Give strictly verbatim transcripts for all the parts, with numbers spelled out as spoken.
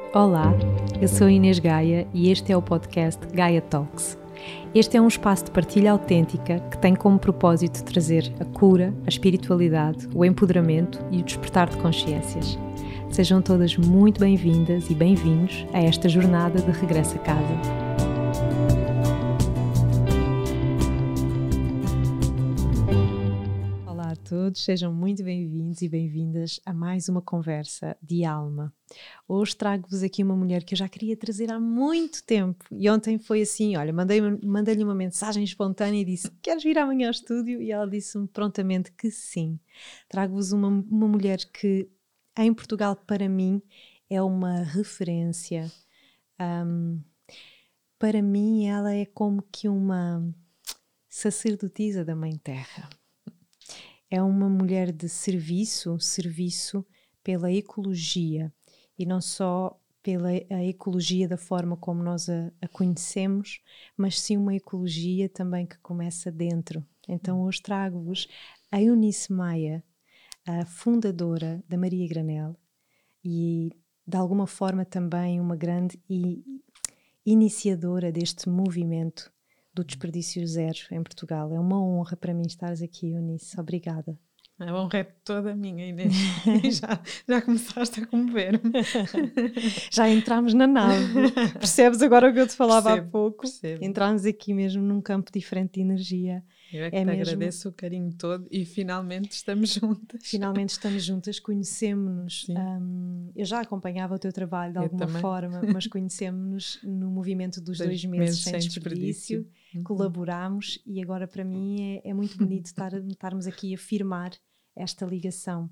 Olá, eu sou a Inês Gaia e este é o podcast Gaia Talks. Este é um espaço de partilha autêntica que tem como propósito trazer a cura, a espiritualidade, o empoderamento e o despertar de consciências. Sejam todas muito bem-vindas e bem-vindos a esta jornada de regresso a casa. Olá a todos, sejam muito bem-vindos e bem-vindas a mais uma conversa de alma. Hoje trago-vos aqui uma mulher que eu já queria trazer há muito tempo e ontem foi assim, olha, mandei, mandei-lhe uma mensagem espontânea e disse, queres vir amanhã ao estúdio? E ela disse-me prontamente que sim. Trago-vos uma, uma mulher que em Portugal para mim é uma referência. Um, para mim ela é como que uma sacerdotisa da Mãe Terra. É uma mulher de serviço, serviço pela ecologia. E não só pela a ecologia da forma como nós a, a conhecemos, mas sim uma ecologia também que começa dentro. Então hoje trago-vos a Eunice Maia, a fundadora da Maria Granel e de alguma forma também uma grande e iniciadora deste movimento do desperdício zero em Portugal. É uma honra para mim estares aqui, Eunice. Obrigada. A honra é toda minha, Inês. já, já começaste a comover-me. Já entramos na nave. Percebes agora o que eu te falava percebo, há pouco? Percebo. Entramos aqui mesmo num campo diferente de energia. Eu é que é te mesmo... agradeço o carinho todo e finalmente estamos juntas. Finalmente estamos juntas, conhecemos-nos. Um, eu já acompanhava o teu trabalho de eu alguma também. forma, mas conhecemos-nos no movimento dos dois, dois meses, meses sem, sem desperdício. desperdício. Uhum. Colaborámos e agora para mim é, é muito bonito estar, estarmos aqui a firmar esta ligação.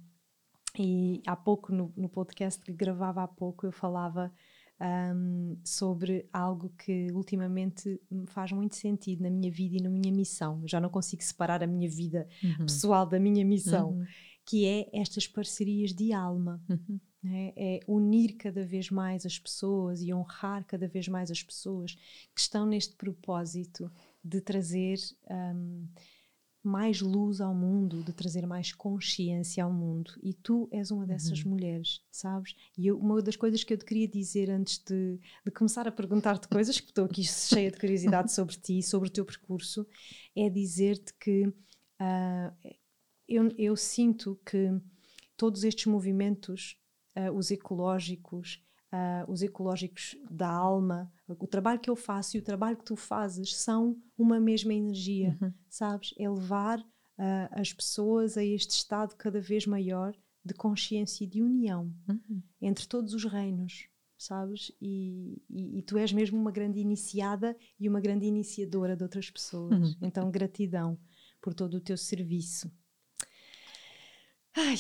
E há pouco no, no podcast que gravava há pouco eu falava um, sobre algo que ultimamente me faz muito sentido na minha vida e na minha missão. Eu já não consigo separar a minha vida uhum. pessoal da minha missão, uhum. que é estas parcerias de alma. Uhum. É, é unir cada vez mais as pessoas e honrar cada vez mais as pessoas que estão neste propósito de trazer um, mais luz ao mundo, de trazer mais consciência ao mundo. E tu és uma dessas uhum. mulheres, sabes? E eu, uma das coisas que eu te queria dizer antes de, de começar a perguntar-te coisas, que estou aqui cheia de curiosidade sobre ti, sobre o teu percurso, é dizer-te que uh, eu, eu sinto que todos estes movimentos, uh, os ecológicos, Uh, os ecológicos da alma, o trabalho que eu faço e o trabalho que tu fazes são uma mesma energia, uhum. sabes? É levar uh, as pessoas a este estado cada vez maior de consciência e de união uhum. entre todos os reinos, sabes? E, e, e tu és mesmo uma grande iniciada e uma grande iniciadora de outras pessoas. Uhum. Então, gratidão por todo o teu serviço. Ai...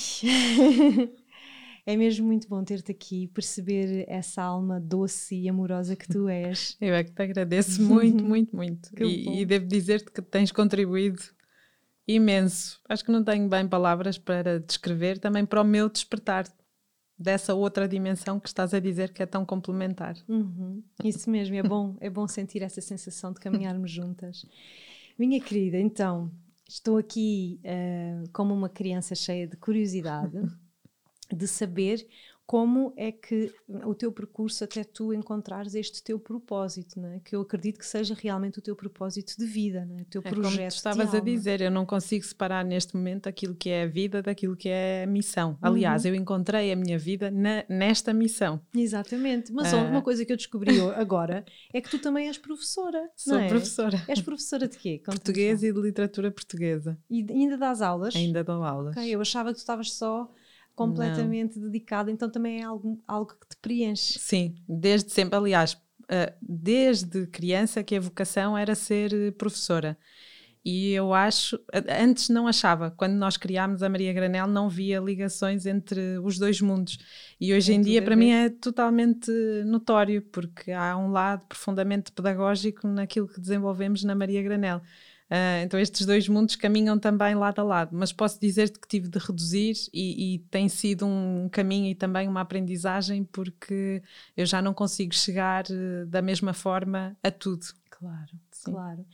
É mesmo muito bom ter-te aqui, perceber essa alma doce e amorosa que tu és. Eu é que te agradeço muito, muito, muito. E, e devo dizer-te que tens contribuído imenso. Acho que não tenho bem palavras para descrever, também para o meu despertar dessa outra dimensão que estás a dizer que é tão complementar. Uhum. Isso mesmo, é bom, é bom sentir essa sensação de caminharmos juntas. Minha querida, então, estou aqui uh, como uma criança cheia de curiosidade. De saber como é que o teu percurso até tu encontrares este teu propósito, não é? Que eu acredito que seja realmente o teu propósito de vida, não é? O teu é projeto como tu estavas a dizer, eu não consigo separar neste momento aquilo que é a vida daquilo que é a missão. Aliás, uhum. eu encontrei a minha vida na, nesta missão. Exatamente, mas uh... uma coisa que eu descobri agora é que tu também és professora, Sou não é? professora. És professora de quê? Português e de literatura portuguesa. E ainda dás aulas? Ainda dou aulas. Okay, eu achava que tu estavas só... completamente não. dedicada, então também é algo, algo que te preenche. Sim, desde sempre, aliás, desde criança que a vocação era ser professora. E eu acho, antes não achava, quando nós criámos a Maria Granel não via ligações entre os dois mundos. E hoje é em dia para mim é totalmente notório, porque há um lado profundamente pedagógico naquilo que desenvolvemos na Maria Granel. Uh, então estes dois mundos caminham também lado a lado, mas posso dizer-te que tive de reduzir e, e tem sido um caminho e também uma aprendizagem, porque eu já não consigo chegar uh, da mesma forma a tudo. Claro, Sim. claro.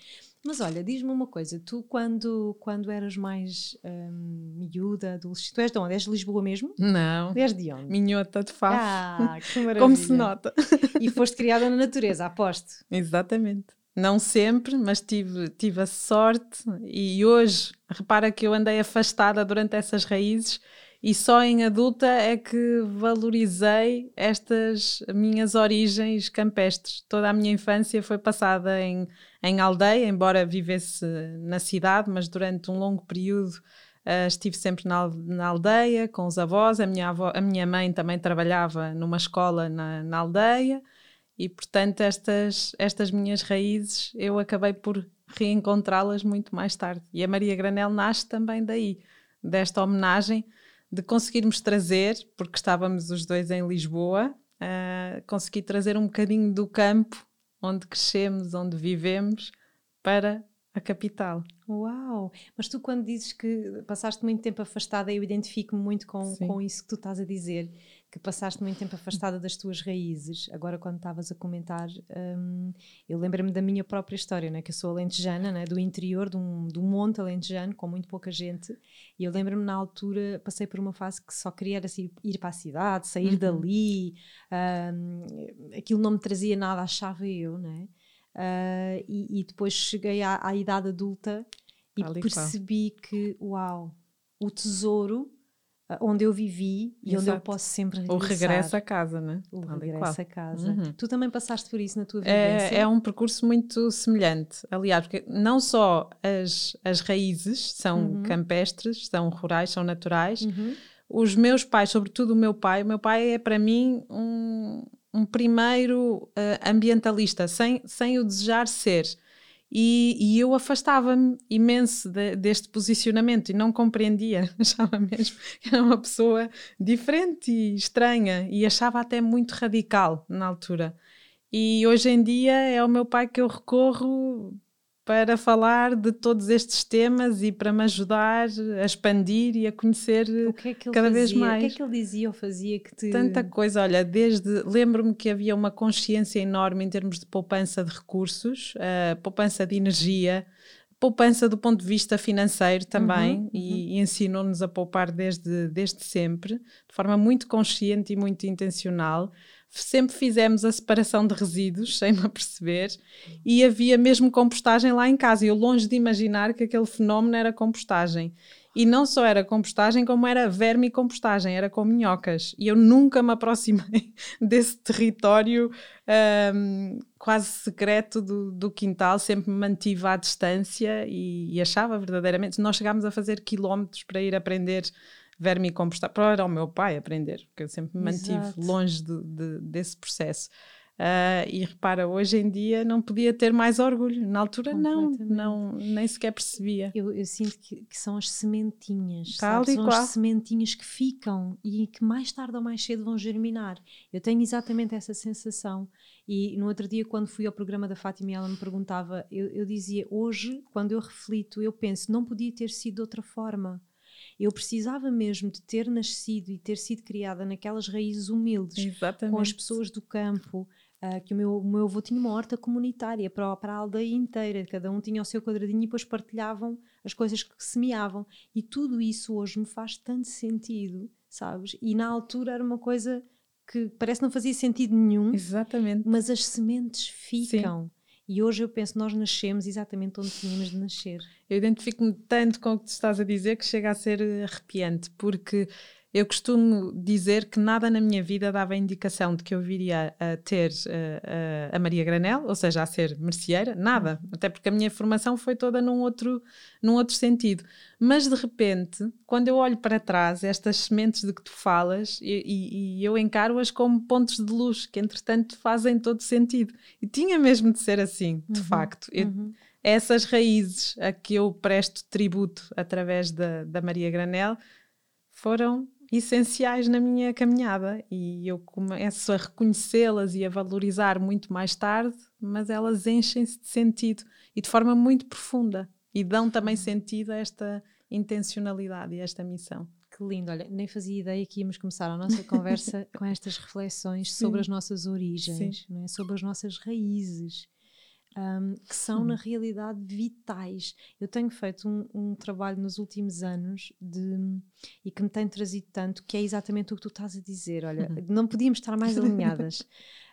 Mas olha, diz-me uma coisa, tu quando, quando eras mais hum, miúda, adolescente, tu és de onde? És de Lisboa mesmo? Não. És de onde? Minhota de Faf. Ah, que maravilha. Como se nota. E foste criada na natureza, aposto. Exatamente. Não sempre, mas tive, tive a sorte e hoje, repara que eu andei afastada durante essas raízes e só em adulta é que valorizei estas minhas origens campestres. Toda a minha infância foi passada em, em aldeia, embora vivesse na cidade, mas durante um longo período uh, estive sempre na, na aldeia, com os avós. A minha, avó, a minha mãe também trabalhava numa escola na, na aldeia e, portanto, estas, estas minhas raízes eu acabei por reencontrá-las muito mais tarde. E a Maria Granel nasce também daí, desta homenagem, de conseguirmos trazer, porque estávamos os dois em Lisboa, uh, consegui trazer um bocadinho do campo onde crescemos, onde vivemos, para a capital. Uau! Mas tu quando dizes que passaste muito tempo afastada, eu identifico-me muito com, com isso que tu estás a dizer, que passaste muito tempo afastada das tuas raízes. Agora quando estavas a comentar, hum, eu lembro-me da minha própria história, né? Que eu sou alentejana, né? Do interior, de um, de um monte alentejano, com muito pouca gente, e eu lembro-me na altura, passei por uma fase que só queria era, assim, ir para a cidade, sair uhum. dali, hum, aquilo não me trazia nada, achava eu, né? Uh, e, e depois cheguei à, à idade adulta e Ali percebi qual. que, uau, o tesouro uh, onde eu vivi e Exato. onde eu posso sempre regressar. O regresso a casa, né? O Ali regresso qual. a casa. Uhum. Tu também passaste por isso na tua vivência? É, é um percurso muito semelhante. Aliás, porque não só as, as raízes são uhum. campestres, são rurais, são naturais. Uhum. Os meus pais, sobretudo o meu pai, o meu pai é para mim um... um primeiro uh, ambientalista, sem, sem o desejar ser. E, e eu afastava-me imenso de, deste posicionamento e não compreendia. Achava mesmo que era uma pessoa diferente e estranha e achava até muito radical na altura. E hoje em dia é ao meu pai que eu recorro para falar de todos estes temas e para me ajudar a expandir e a conhecer o que é que ele cada fazia? vez mais. O que é que ele dizia ou fazia que te... Tanta coisa, olha, desde... Lembro-me que havia uma consciência enorme em termos de poupança de recursos, uh, poupança de energia, poupança do ponto de vista financeiro também, uhum, e, uhum. e ensinou-nos a poupar desde, desde sempre, de forma muito consciente e muito intencional. Sempre fizemos a separação de resíduos, sem me aperceber, e havia mesmo compostagem lá em casa. Eu longe de imaginar que aquele fenómeno era compostagem. E não só era compostagem, como era vermicompostagem, era com minhocas. E eu nunca me aproximei desse território um, quase secreto do, do quintal, sempre me mantive à distância e, e achava verdadeiramente... Nós chegámos a fazer quilómetros para ir aprender vermicompostar, para o meu pai aprender, porque eu sempre me mantive Exato. longe de, de, desse processo. Uh, e repara, hoje em dia não podia ter mais orgulho. Na altura não, não nem sequer percebia. Eu, eu sinto que, que são as sementinhas, Tal sabe? e São qual. as sementinhas que ficam e que mais tarde ou mais cedo vão germinar. Eu tenho exatamente essa sensação. E no outro dia, quando fui ao programa da Fátima e ela me perguntava, eu, eu dizia, hoje, quando eu reflito, eu penso, não podia ter sido de outra forma. Eu precisava mesmo de ter nascido e ter sido criada naquelas raízes humildes, Exatamente. com as pessoas do campo, uh, que o meu, o meu avô tinha uma horta comunitária para, para a aldeia inteira, cada um tinha o seu quadradinho e depois partilhavam as coisas que semeavam. E tudo isso hoje me faz tanto sentido, sabes? E na altura era uma coisa que parece não fazia sentido nenhum, Exatamente. mas as sementes ficam. Sim. E hoje eu penso, nós nascemos exatamente onde tínhamos de nascer. Eu identifico-me tanto com o que tu estás a dizer que chega a ser arrepiante, porque eu costumo dizer que nada na minha vida dava indicação de que eu viria a ter uh, uh, a Maria Granel, ou seja, a ser merceeira, nada, uhum. até porque a minha formação foi toda num outro, num outro sentido. Mas de repente, quando eu olho para trás, estas sementes de que tu falas, e, e, e eu encaro-as como pontos de luz, que entretanto fazem todo sentido. E tinha mesmo de ser assim, de uhum. facto. Eu, uhum. Essas raízes a que eu presto tributo através da, da Maria Granel foram essenciais na minha caminhada e eu começo a reconhecê-las e a valorizar muito mais tarde, mas elas enchem-se de sentido e de forma muito profunda e dão também sentido a esta intencionalidade e a esta missão. Que lindo, olha, nem fazia ideia que íamos começar a nossa conversa com estas reflexões Sim. sobre as nossas origens, não é? Sobre as nossas raízes. um, que são uhum. na realidade vitais. Eu tenho feito um, um trabalho nos últimos anos de, e que me tem trazido tanto, que é exatamente o que tu estás a dizer. Olha, uhum. não podíamos estar mais alinhadas.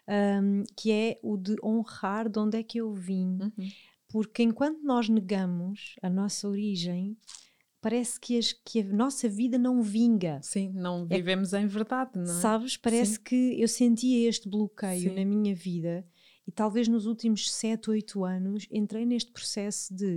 um, que é o de honrar de onde é que eu vim. Uhum. Porque enquanto nós negamos a nossa origem, parece que, as, que a nossa vida não vinga. Sim, não vivemos é, em verdade, não é? Sabes, parece Sim. que eu sentia este bloqueio Sim. na minha vida e talvez nos últimos sete, oito anos entrei neste processo de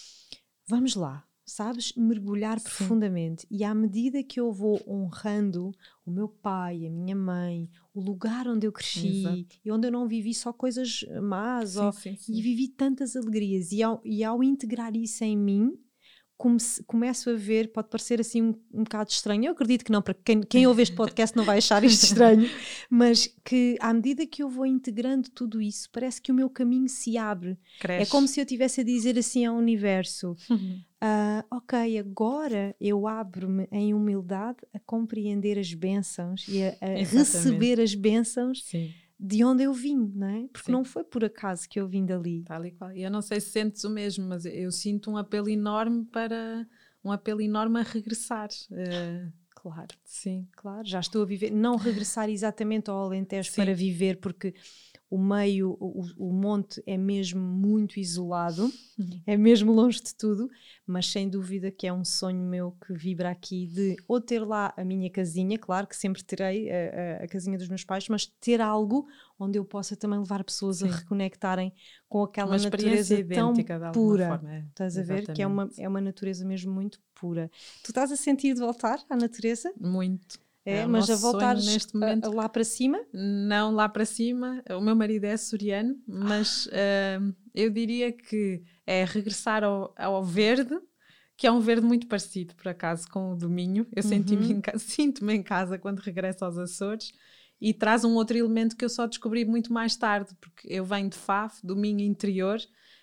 vamos lá, sabes, mergulhar Sim. profundamente. E à medida que eu vou honrando o meu pai, a minha mãe, o lugar onde eu cresci Exato. E onde eu não vivi só coisas más sim, ou, sim, sim. e vivi tantas alegrias e ao, e ao integrar isso em mim, Come começo a ver, pode parecer assim um, um bocado estranho, eu acredito que não, para quem, quem ouve este podcast não vai achar isto estranho, mas que à medida que eu vou integrando tudo isso, parece que o meu caminho se abre. Cresce. É como se eu estivesse a dizer assim ao universo, uhum. uh, ok, agora eu abro-me em humildade a compreender as bênçãos e a, a receber as bênçãos Sim. de onde eu vim, não é? Porque Sim. não foi por acaso que eu vim dali. Tal e qual. Eu não sei se sentes o mesmo, mas eu sinto um apelo enorme para um apelo enorme a regressar. Uh, claro, sim, claro. Já estou a viver, não regressar exatamente ao Alentejo sim. para viver, porque o meio, o, o monte é mesmo muito isolado, uhum. é mesmo longe de tudo, mas sem dúvida que é um sonho meu que vibra aqui de ou ter lá a minha casinha, claro que sempre terei a, a, a casinha dos meus pais, mas ter algo onde eu possa também levar pessoas Sim. a reconectarem com aquela uma natureza tão pura. Forma, é. Estás a Exatamente. ver? Que é uma, é uma natureza mesmo muito pura. Tu estás a sentir de voltar à natureza? Muito. É, é mas a voltar neste momento, a, a lá para cima? Não lá para cima. O meu marido é açoriano, mas ah. uh, eu diria que é regressar ao, ao verde, que é um verde muito parecido, por acaso, com o do Minho. Eu uhum. senti-me em ca- sinto-me em casa quando regresso aos Açores e traz um outro elemento que eu só descobri muito mais tarde, porque eu venho de Faf, do Minho interior,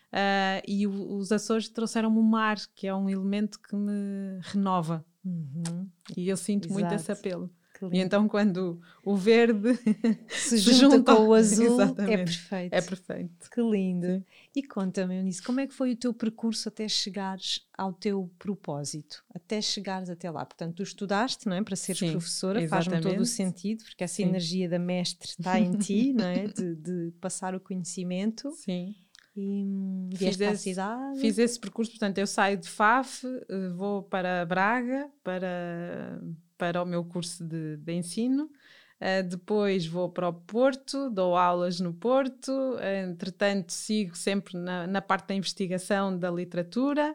uh, e o, os Açores trouxeram-me o mar, que é um elemento que me renova. Uhum. E eu sinto Exato. muito esse apelo. E então quando o verde se, se junta, junta com o azul é perfeito. É perfeito. Que lindo. Sim. E conta-me, Eunice, como é que foi o teu percurso até chegares ao teu propósito? Até chegares até lá. Portanto, tu estudaste, não é? Para seres Sim, professora, faz-me todo o sentido, porque essa Sim. energia da mestre está em ti, não é? De, de passar o conhecimento. Sim. E fiz esse, a cidade. Fiz esse percurso, portanto, eu saio de Faf, vou para Braga, para... para o meu curso de, de ensino, uh, depois vou para o Porto, dou aulas no Porto, uh, entretanto sigo sempre na, na parte da investigação da literatura,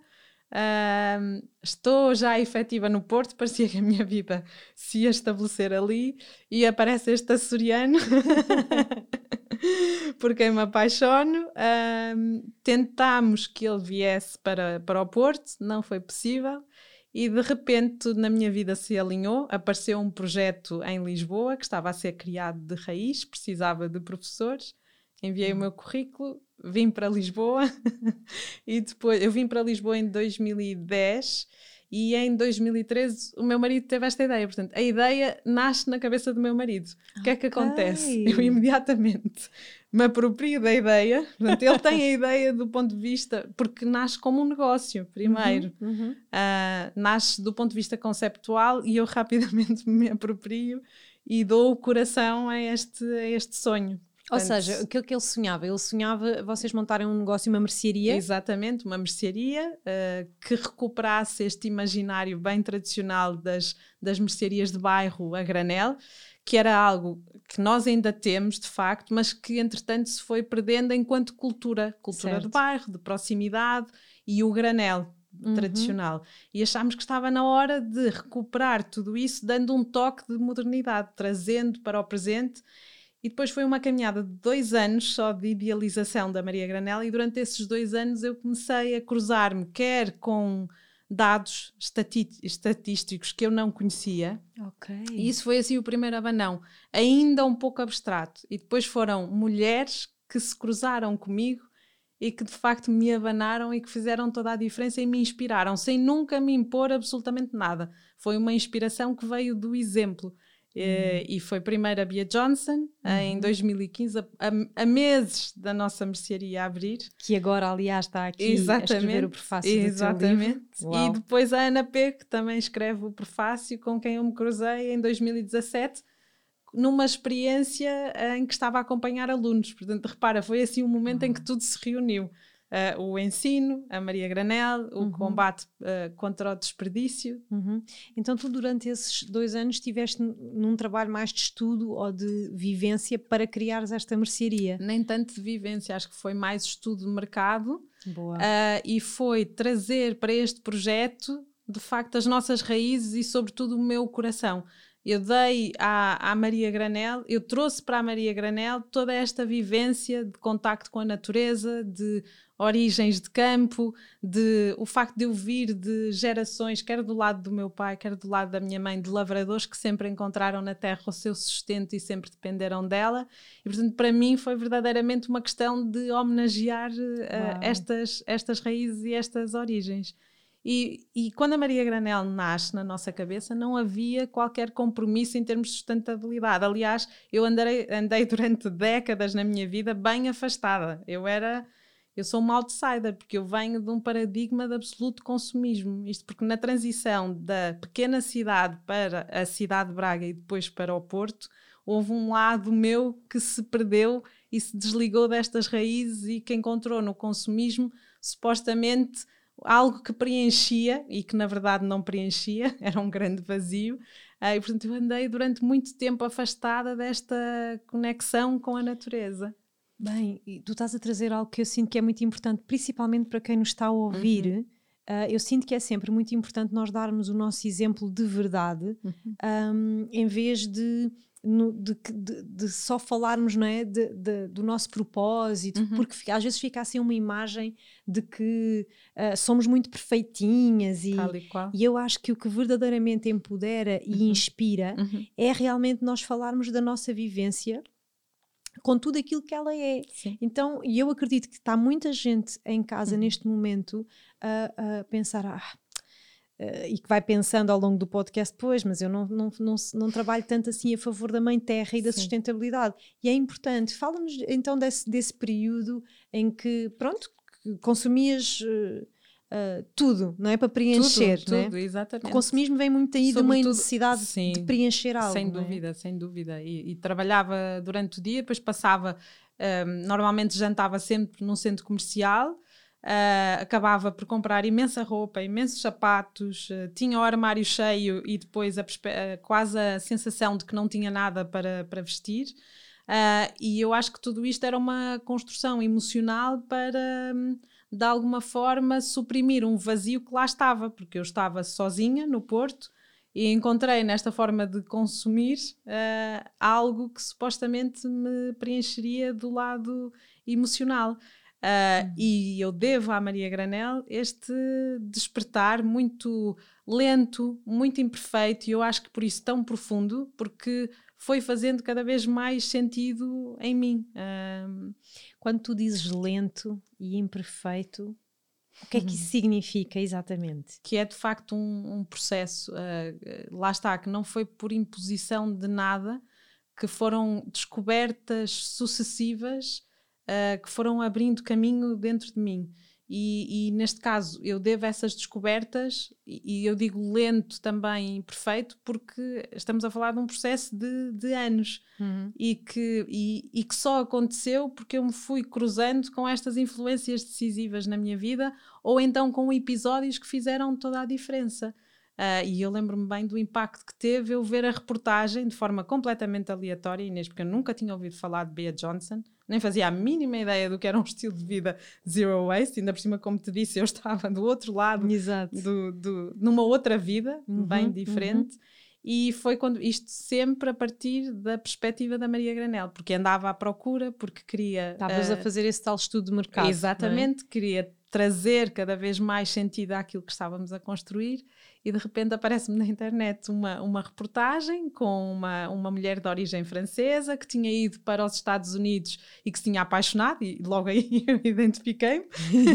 uh, estou já efetiva no Porto, parecia que a minha vida se ia estabelecer ali, e aparece este açoriano, por quem me apaixono. Uh, tentámos que ele viesse para, para o Porto, não foi possível. E de repente tudo na minha vida se alinhou, apareceu um projeto em Lisboa que estava a ser criado de raiz, precisava de professores, enviei hum. o meu currículo, vim para Lisboa e depois eu vim para Lisboa em dois mil e dez e em dois mil e treze o meu marido teve esta ideia, portanto a ideia nasce na cabeça do meu marido. O que okay. é que acontece? Eu imediatamente me aproprio da ideia, portanto ele tem a ideia do ponto de vista, porque nasce como um negócio primeiro, uhum, uhum. Uh, nasce do ponto de vista conceptual e eu rapidamente me aproprio e dou o coração a este, a este sonho. Ou Portanto, seja, aquilo que ele sonhava, ele sonhava vocês montarem um negócio, uma mercearia? Exatamente, uma mercearia uh, que recuperasse este imaginário bem tradicional das, das mercearias de bairro a granel, que era algo que nós ainda temos, de facto, mas que, entretanto, se foi perdendo enquanto cultura. Cultura certo. de bairro, de proximidade e o granel uhum. tradicional. E achámos que estava na hora de recuperar tudo isso, dando um toque de modernidade, trazendo para o presente. E depois foi uma caminhada de dois anos só de idealização da Maria Granel, e durante esses dois anos eu comecei a cruzar-me, quer com dados estati- estatísticos que eu não conhecia. Okay. E isso foi assim o primeiro abanão, ainda um pouco abstrato. E depois foram mulheres que se cruzaram comigo e que de facto me abanaram e que fizeram toda a diferença e me inspiraram, sem nunca me impor absolutamente nada. Foi uma inspiração que veio do exemplo. Uhum. E foi primeiro a Bea Johnson, uhum. em dois mil e quinze, a, a meses da nossa mercearia a abrir. Que agora, aliás, está aqui exatamente, a escrever o prefácio exatamente. do teu livro. Uau. E depois a Ana P, que também escreve o prefácio, com quem eu me cruzei em dois mil e dezassete, numa experiência em que estava a acompanhar alunos. Portanto, repara, foi assim um momento uhum. em que tudo se reuniu. Uh, o ensino, a Maria Granel, o uhum. combate uh, contra o desperdício. Uhum. Então tu durante esses dois anos estiveste num trabalho mais de estudo ou de vivência para criares esta mercearia? Nem tanto de vivência, acho que foi mais estudo de mercado. Boa. Uh, e foi trazer para este projeto de facto as nossas raízes e sobretudo o meu coração. Eu dei à, à Maria Granel, eu trouxe para a Maria Granel toda esta vivência de contacto com a natureza, de origens de campo, de o facto de eu vir de gerações, quer do lado do meu pai, quer do lado da minha mãe, de lavradores que sempre encontraram na terra o seu sustento e sempre dependeram dela. E, portanto, para mim foi verdadeiramente uma questão de homenagear uh, estas, estas raízes e estas origens. E, e quando a Maria Granel nasce na nossa cabeça, não havia qualquer compromisso em termos de sustentabilidade. Aliás, eu andei, andei durante décadas na minha vida bem afastada. Eu era... Eu sou uma outsider, porque eu venho de um paradigma de absoluto consumismo. Isto porque na transição da pequena cidade para a cidade de Braga e depois para o Porto, houve um lado meu que se perdeu e se desligou destas raízes e que encontrou no consumismo, supostamente, algo que preenchia e que na verdade não preenchia, era um grande vazio. E, portanto, eu andei durante muito tempo afastada desta conexão com a natureza. Bem, tu estás a trazer algo que eu sinto que é muito importante, principalmente para quem nos está a ouvir. Uhum. Uh, eu sinto que é sempre muito importante nós darmos o nosso exemplo de verdade, uhum. um, em vez de, no, de, de, de só falarmos, não é, de, de, do nosso propósito, uhum. porque fica, às vezes fica assim uma imagem de que uh, somos muito perfeitinhas e, Tal e qual. e eu acho que o que verdadeiramente empodera e uhum. inspira uhum. é realmente nós falarmos da nossa vivência com tudo aquilo que ela é. Sim. Então, e eu acredito que está muita gente em casa uhum. neste momento a, a pensar, ah, uh, e que vai pensando ao longo do podcast, pois, mas eu não, não, não, não trabalho tanto assim a favor da mãe terra e da Sim. sustentabilidade. E é importante. Fala-nos então desse, desse período em que, pronto, consumias... Uh, Uh, tudo, não é? Para preencher, tudo, não é? Tudo, exatamente. O consumismo vem muito aí de uma necessidade sim, de preencher algo. Sem dúvida, é? sem dúvida. E, e trabalhava durante o dia, depois passava, um, normalmente jantava sempre num centro comercial, uh, acabava por comprar imensa roupa, imensos sapatos, uh, tinha o armário cheio e depois a uh, quase a sensação de que não tinha nada para, para vestir. Uh, e eu acho que tudo isto era uma construção emocional para... Um, de alguma forma suprimir um vazio que lá estava, porque eu estava sozinha no Porto e encontrei nesta forma de consumir uh, algo que supostamente me preencheria do lado emocional. Uh, uhum. E eu devo à Maria Granel este despertar muito lento, muito imperfeito, e eu acho que por isso tão profundo, porque foi fazendo cada vez mais sentido em mim. Uh, Quando tu dizes lento e imperfeito, o que é que isso significa exatamente? Que é de facto um, um processo, uh, lá está, que não foi por imposição de nada, que foram descobertas sucessivas uh, que foram abrindo caminho dentro de mim. E, e neste caso eu devo essas descobertas, e, e eu digo lento também, imperfeito, porque estamos a falar de um processo de, de anos uhum. e, que, e, e que só aconteceu porque eu me fui cruzando com estas influências decisivas na minha vida, ou então com episódios que fizeram toda a diferença. Uh, e eu lembro-me bem do impacto que teve eu ver a reportagem de forma completamente aleatória, Inês, porque eu nunca tinha ouvido falar de Bea Johnson, nem fazia a mínima ideia do que era um estilo de vida zero waste, ainda por cima, como te disse, eu estava do outro lado, do, do, numa outra vida, uhum, bem diferente, uhum. E foi quando isto sempre a partir da perspectiva da Maria Granel, porque andava à procura, porque queria... Estavas uh, a fazer esse tal estudo de mercado. Exatamente, é? Queria trazer cada vez mais sentido àquilo que estávamos a construir, e de repente aparece-me na internet uma, uma reportagem com uma, uma mulher de origem francesa que tinha ido para os Estados Unidos e que se tinha apaixonado, e logo aí eu identifiquei-me.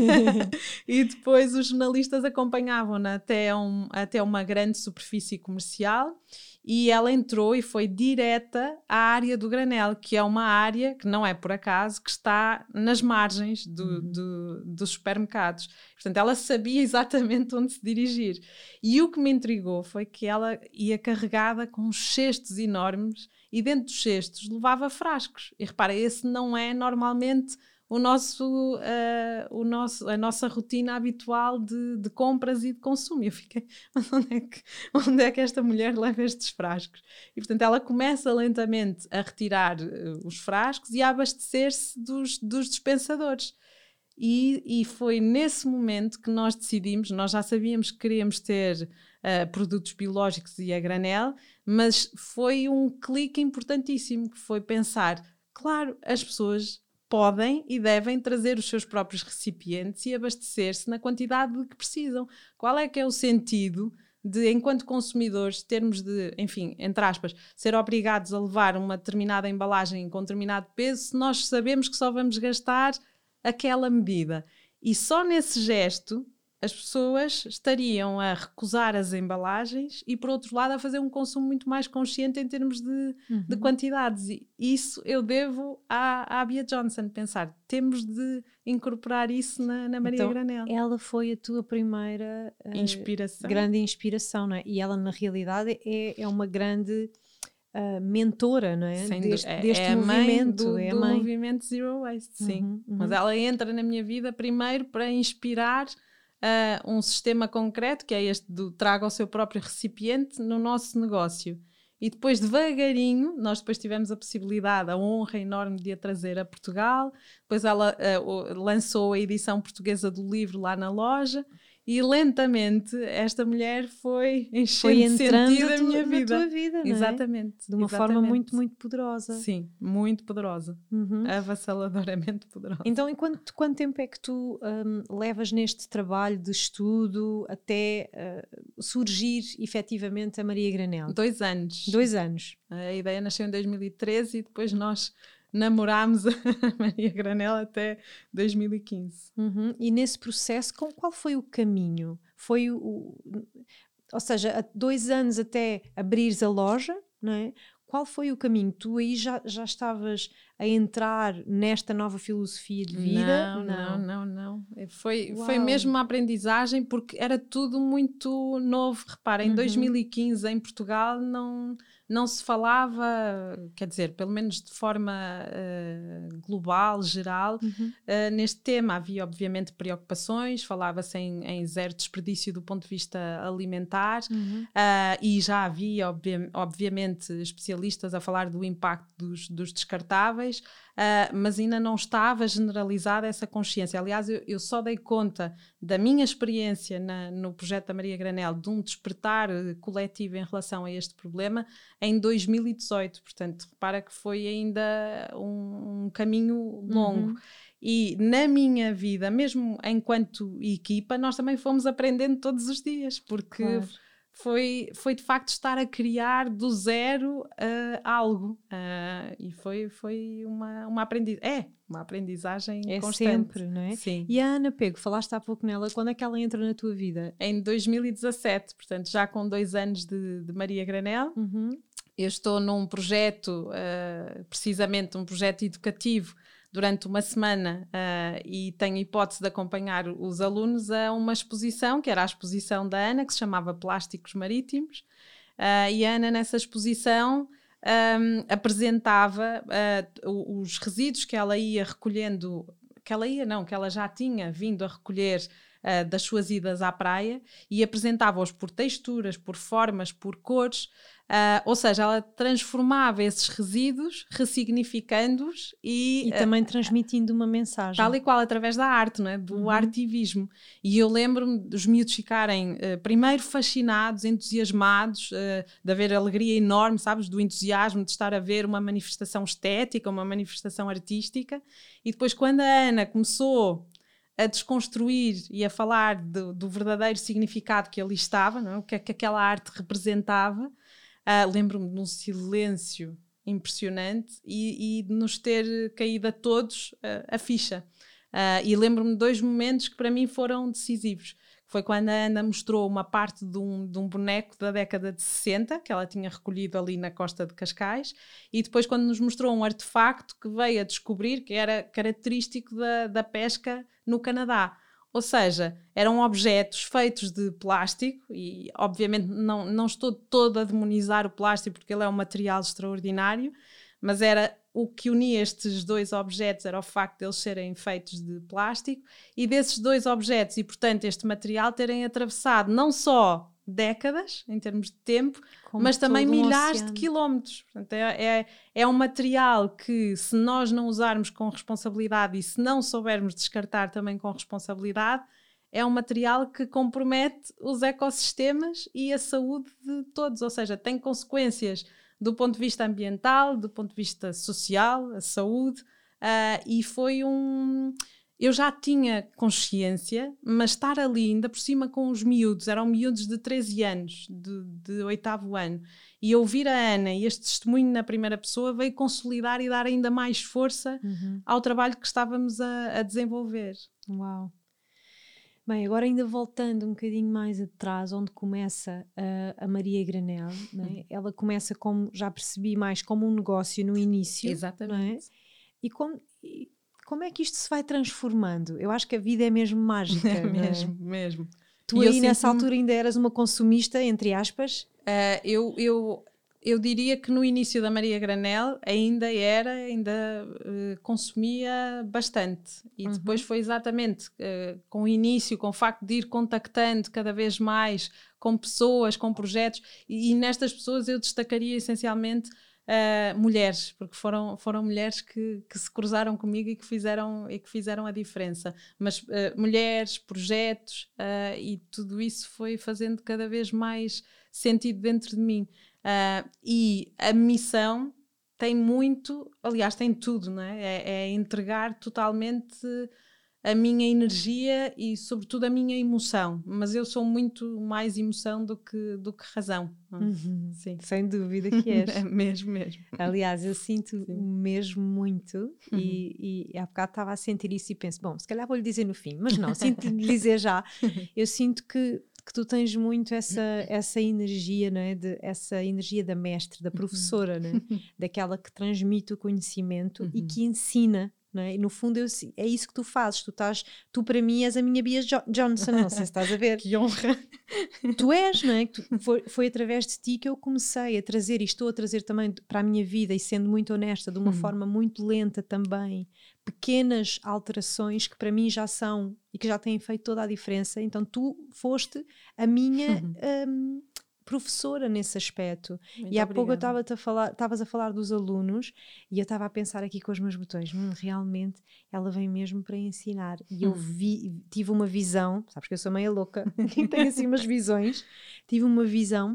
E depois os jornalistas acompanhavam-na até, um, até uma grande superfície comercial, e ela entrou e foi direta à área do granel, que é uma área que não é por acaso, que está nas margens do, uhum. do, dos supermercados. Portanto, ela sabia exatamente onde se dirigir. E o que me intrigou foi que ela ia carregada com uns cestos enormes, e dentro dos cestos levava frascos. E repara, esse não é normalmente o nosso, uh, o nosso, a nossa rotina habitual de, de compras e de consumo. Eu fiquei, mas onde é, que, onde é que esta mulher leva estes frascos? E portanto ela começa lentamente a retirar uh, os frascos e a abastecer-se dos, dos dispensadores. E, e foi nesse momento que nós decidimos, nós já sabíamos que queríamos ter uh, produtos biológicos e a granel, mas foi um clique importantíssimo, que foi pensar, claro, as pessoas podem e devem trazer os seus próprios recipientes e abastecer-se na quantidade que precisam. Qual é que é o sentido de, enquanto consumidores, termos de, enfim, entre aspas, ser obrigados a levar uma determinada embalagem com determinado peso, se nós sabemos que só vamos gastar aquela medida? E só nesse gesto as pessoas estariam a recusar as embalagens e, por outro lado, a fazer um consumo muito mais consciente em termos de, uhum. de quantidades. E isso eu devo à, à Bea Johnson, pensar, temos de incorporar isso na, na Maria então, Granel. Ela foi a tua primeira uh, inspiração. grande inspiração, não é? E ela, na realidade, é, é uma grande... Uh, mentora, não é? Sem deste, é, deste é movimento. Do, é do a mãe movimento Zero Waste, sim. Uhum, uhum. Mas ela entra na minha vida primeiro para inspirar uh, um sistema concreto, que é este do traga o seu próprio recipiente no nosso negócio. E depois, devagarinho, nós depois tivemos a possibilidade, a honra enorme de a trazer a Portugal. Depois ela uh, lançou a edição portuguesa do livro lá na loja. E lentamente esta mulher foi enchendo de sentido a minha vida. Na tua vida, não é? Exatamente. De uma exatamente. forma muito, muito poderosa. Sim, muito poderosa. Uhum. Avassaladoramente poderosa. Então, em quanto, quanto tempo é que tu um, levas neste trabalho de estudo até uh, surgir efetivamente a Maria Granel? Dois anos. Dois anos. A ideia nasceu em dois mil e treze e depois nós namorámos a Maria Granel até dois mil e quinze. Uhum. E nesse processo, com, qual foi o caminho? Foi o, o... Ou seja, há dois anos até abrires a loja, não é? Qual foi o caminho? Tu aí já, já estavas a entrar nesta nova filosofia de vida? Não, não, não, não. não. Foi, foi mesmo uma aprendizagem, porque era tudo muito novo. Repara, em uhum. dois mil e quinze em Portugal não... não se falava, quer dizer, pelo menos de forma uh, global, geral, uhum. uh, neste tema. Havia, obviamente, preocupações, falava-se em, em zero desperdício do ponto de vista alimentar, uhum. uh, e já havia, obvi- obviamente, especialistas a falar do impacto dos, dos descartáveis, uh, mas ainda não estava generalizada essa consciência. Aliás, eu, eu só dei conta da minha experiência na, no projeto da Maria Granel, de um despertar uh, coletivo em relação a este problema, em dois mil e dezoito, portanto, repara que foi ainda um, um caminho longo. Uhum. E na minha vida, mesmo enquanto equipa, nós também fomos aprendendo todos os dias, porque claro. foi, foi de facto estar a criar do zero uh, algo. Uh, e foi, foi uma, uma aprendizagem. É, uma aprendizagem é constante. Sempre, não é? Sim. E a Ana Pego, falaste há pouco nela, quando é que ela entra na tua vida? Em dois mil e dezassete, portanto, já com dois anos de, de Maria Granel. Uhum. Eu estou num projeto, uh, precisamente um projeto educativo, durante uma semana uh, e tenho hipótese de acompanhar os alunos a uma exposição, que era a exposição da Ana, que se chamava Plásticos Marítimos, uh, e a Ana nessa exposição um, apresentava uh, os resíduos que ela ia recolhendo, que ela ia não, que ela já tinha vindo a recolher Uh, das suas idas à praia, e apresentava-os por texturas, por formas, por cores, uh, ou seja, ela transformava esses resíduos, ressignificando-os e, e também uh, transmitindo uma mensagem. Tal e qual, através da arte, não é? Do uhum. artivismo. E eu lembro-me dos miúdos ficarem uh, primeiro fascinados, entusiasmados, uh, de haver alegria enorme, sabes, do entusiasmo de estar a ver uma manifestação estética, uma manifestação artística, e depois quando a Ana começou a desconstruir e a falar do, do verdadeiro significado que ali estava, não é? O que é que aquela arte representava. Uh, lembro-me de um silêncio impressionante e, e de nos ter caído a todos uh, a ficha. Uh, e lembro-me de dois momentos que para mim foram decisivos. Foi quando a Ana mostrou uma parte de um, de um boneco da década de sessenta, que ela tinha recolhido ali na costa de Cascais, e depois quando nos mostrou um artefacto que veio a descobrir que era característico da, da pesca no Canadá. Ou seja, eram objetos feitos de plástico, e obviamente não, não estou toda a demonizar o plástico porque ele é um material extraordinário, mas era o que unia estes dois objetos era o facto de eles serem feitos de plástico e desses dois objetos e, portanto, este material terem atravessado não só décadas, em termos de tempo, como mas também um milhares oceano. de quilómetros. Portanto, é, é, é um material que, se nós não usarmos com responsabilidade e se não soubermos descartar também com responsabilidade, é um material que compromete os ecossistemas e a saúde de todos, ou seja, tem consequências do ponto de vista ambiental, do ponto de vista social, a saúde, uh, e foi um... Eu já tinha consciência, mas estar ali ainda por cima com os miúdos, eram miúdos de treze anos, de, de oitavo ano, e ouvir a Ana e este testemunho na primeira pessoa veio consolidar e dar ainda mais força uhum. ao trabalho que estávamos a, a desenvolver. Uau! Bem, agora ainda voltando um bocadinho mais atrás, onde começa a, a Maria Granel, não é? Ela começa, como já percebi, mais como um negócio no início. Exatamente. Não é? E, como, e como é que isto se vai transformando? Eu acho que a vida é mesmo mágica. É mesmo, não é? mesmo. Tu e aí nessa altura ainda eras uma consumista, entre aspas? Uh, eu... eu... Eu diria que no início da Maria Granel ainda era, ainda uh, consumia bastante. E uhum. depois foi exatamente uh, com o início, com o facto de ir contactando cada vez mais com pessoas, com projetos. E, e nestas pessoas eu destacaria essencialmente uh, mulheres, porque foram, foram mulheres que, que se cruzaram comigo e que fizeram, e que fizeram a diferença. Mas uh, mulheres, projetos uh, e tudo isso foi fazendo cada vez mais sentido dentro de mim. Uh, e a missão tem muito, aliás tem tudo, não é? É, é entregar totalmente a minha energia e sobretudo a minha emoção, mas eu sou muito mais emoção do que, do que razão. Uhum. Sim. Sem dúvida que és. É mesmo, mesmo. Aliás, eu sinto Sim. mesmo muito uhum. e, e há bocado estava a sentir isso e penso, bom, se calhar vou-lhe dizer no fim, mas não, sinto-lhe dizer já. Eu sinto que que tu tens muito essa, essa energia, não é? De, essa energia da mestre, da professora, não é? Daquela que transmite o conhecimento uhum. e que ensina, não é? E no fundo eu, é isso que tu fazes, tu, estás, tu para mim és a minha Bia jo- Johnson, não sei se estás a ver. Que honra! Tu és, não é? Tu, foi, foi através de ti que eu comecei a trazer, e estou a trazer também para a minha vida, e sendo muito honesta, de uma uhum. forma muito lenta também, pequenas alterações que para mim já são e que já têm feito toda a diferença. Então tu foste a minha uhum. um, professora nesse aspecto. Muito e há obrigada. Pouco eu estava-te a falar, estavas a falar dos alunos e eu estava a pensar aqui com os meus botões, hum, realmente ela vem mesmo para ensinar. E eu vi, tive uma visão, sabes que eu sou meio louca e tenho assim umas visões, tive uma visão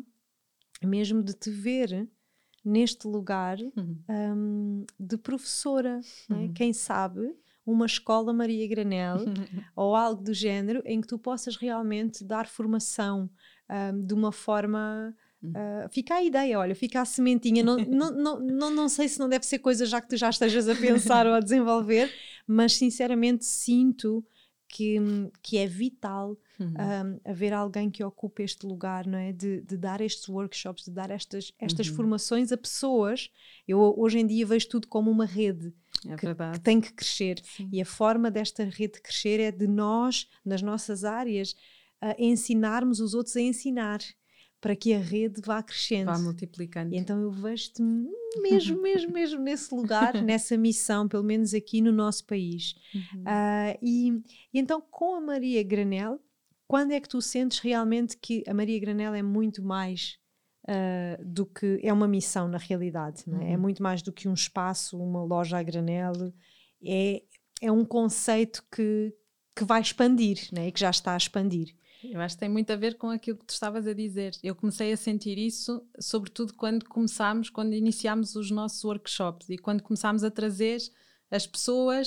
mesmo de te ver neste lugar uhum. um, de professora, uhum. né? Quem sabe uma escola Maria Granel ou algo do género em que tu possas realmente dar formação um, de uma forma... Uh, fica a ideia, olha, fica a sementinha. Não, não, não, não, não sei se não deve ser coisa já que tu já estejas a pensar ou a desenvolver, mas sinceramente sinto que, que é vital uhum. um, haver alguém que ocupe este lugar, não é? De, de dar estes workshops, de dar estas, estas uhum. formações a pessoas. Eu hoje em dia vejo tudo como uma rede é que, verdade. que tem que crescer. Sim. E a forma desta rede crescer é de nós, nas nossas áreas, uh, ensinarmos os outros a ensinar, para que a rede vá crescendo. Vá multiplicando. E então eu vejo-te mesmo, mesmo, mesmo nesse lugar, nessa missão, pelo menos aqui no nosso país. Uhum. Uh, e, e então com a Maria Granel, quando é que tu sentes realmente que a Maria Granel é muito mais uh, do que... É uma missão na realidade, não é? Uhum. É muito mais do que um espaço, uma loja a granel. É, é um conceito que, que vai expandir, não é? E que já está a expandir. Eu acho que tem muito a ver com aquilo que tu estavas a dizer. Eu comecei a sentir isso, sobretudo quando começámos, quando iniciámos os nossos workshops e quando começámos a trazer as pessoas,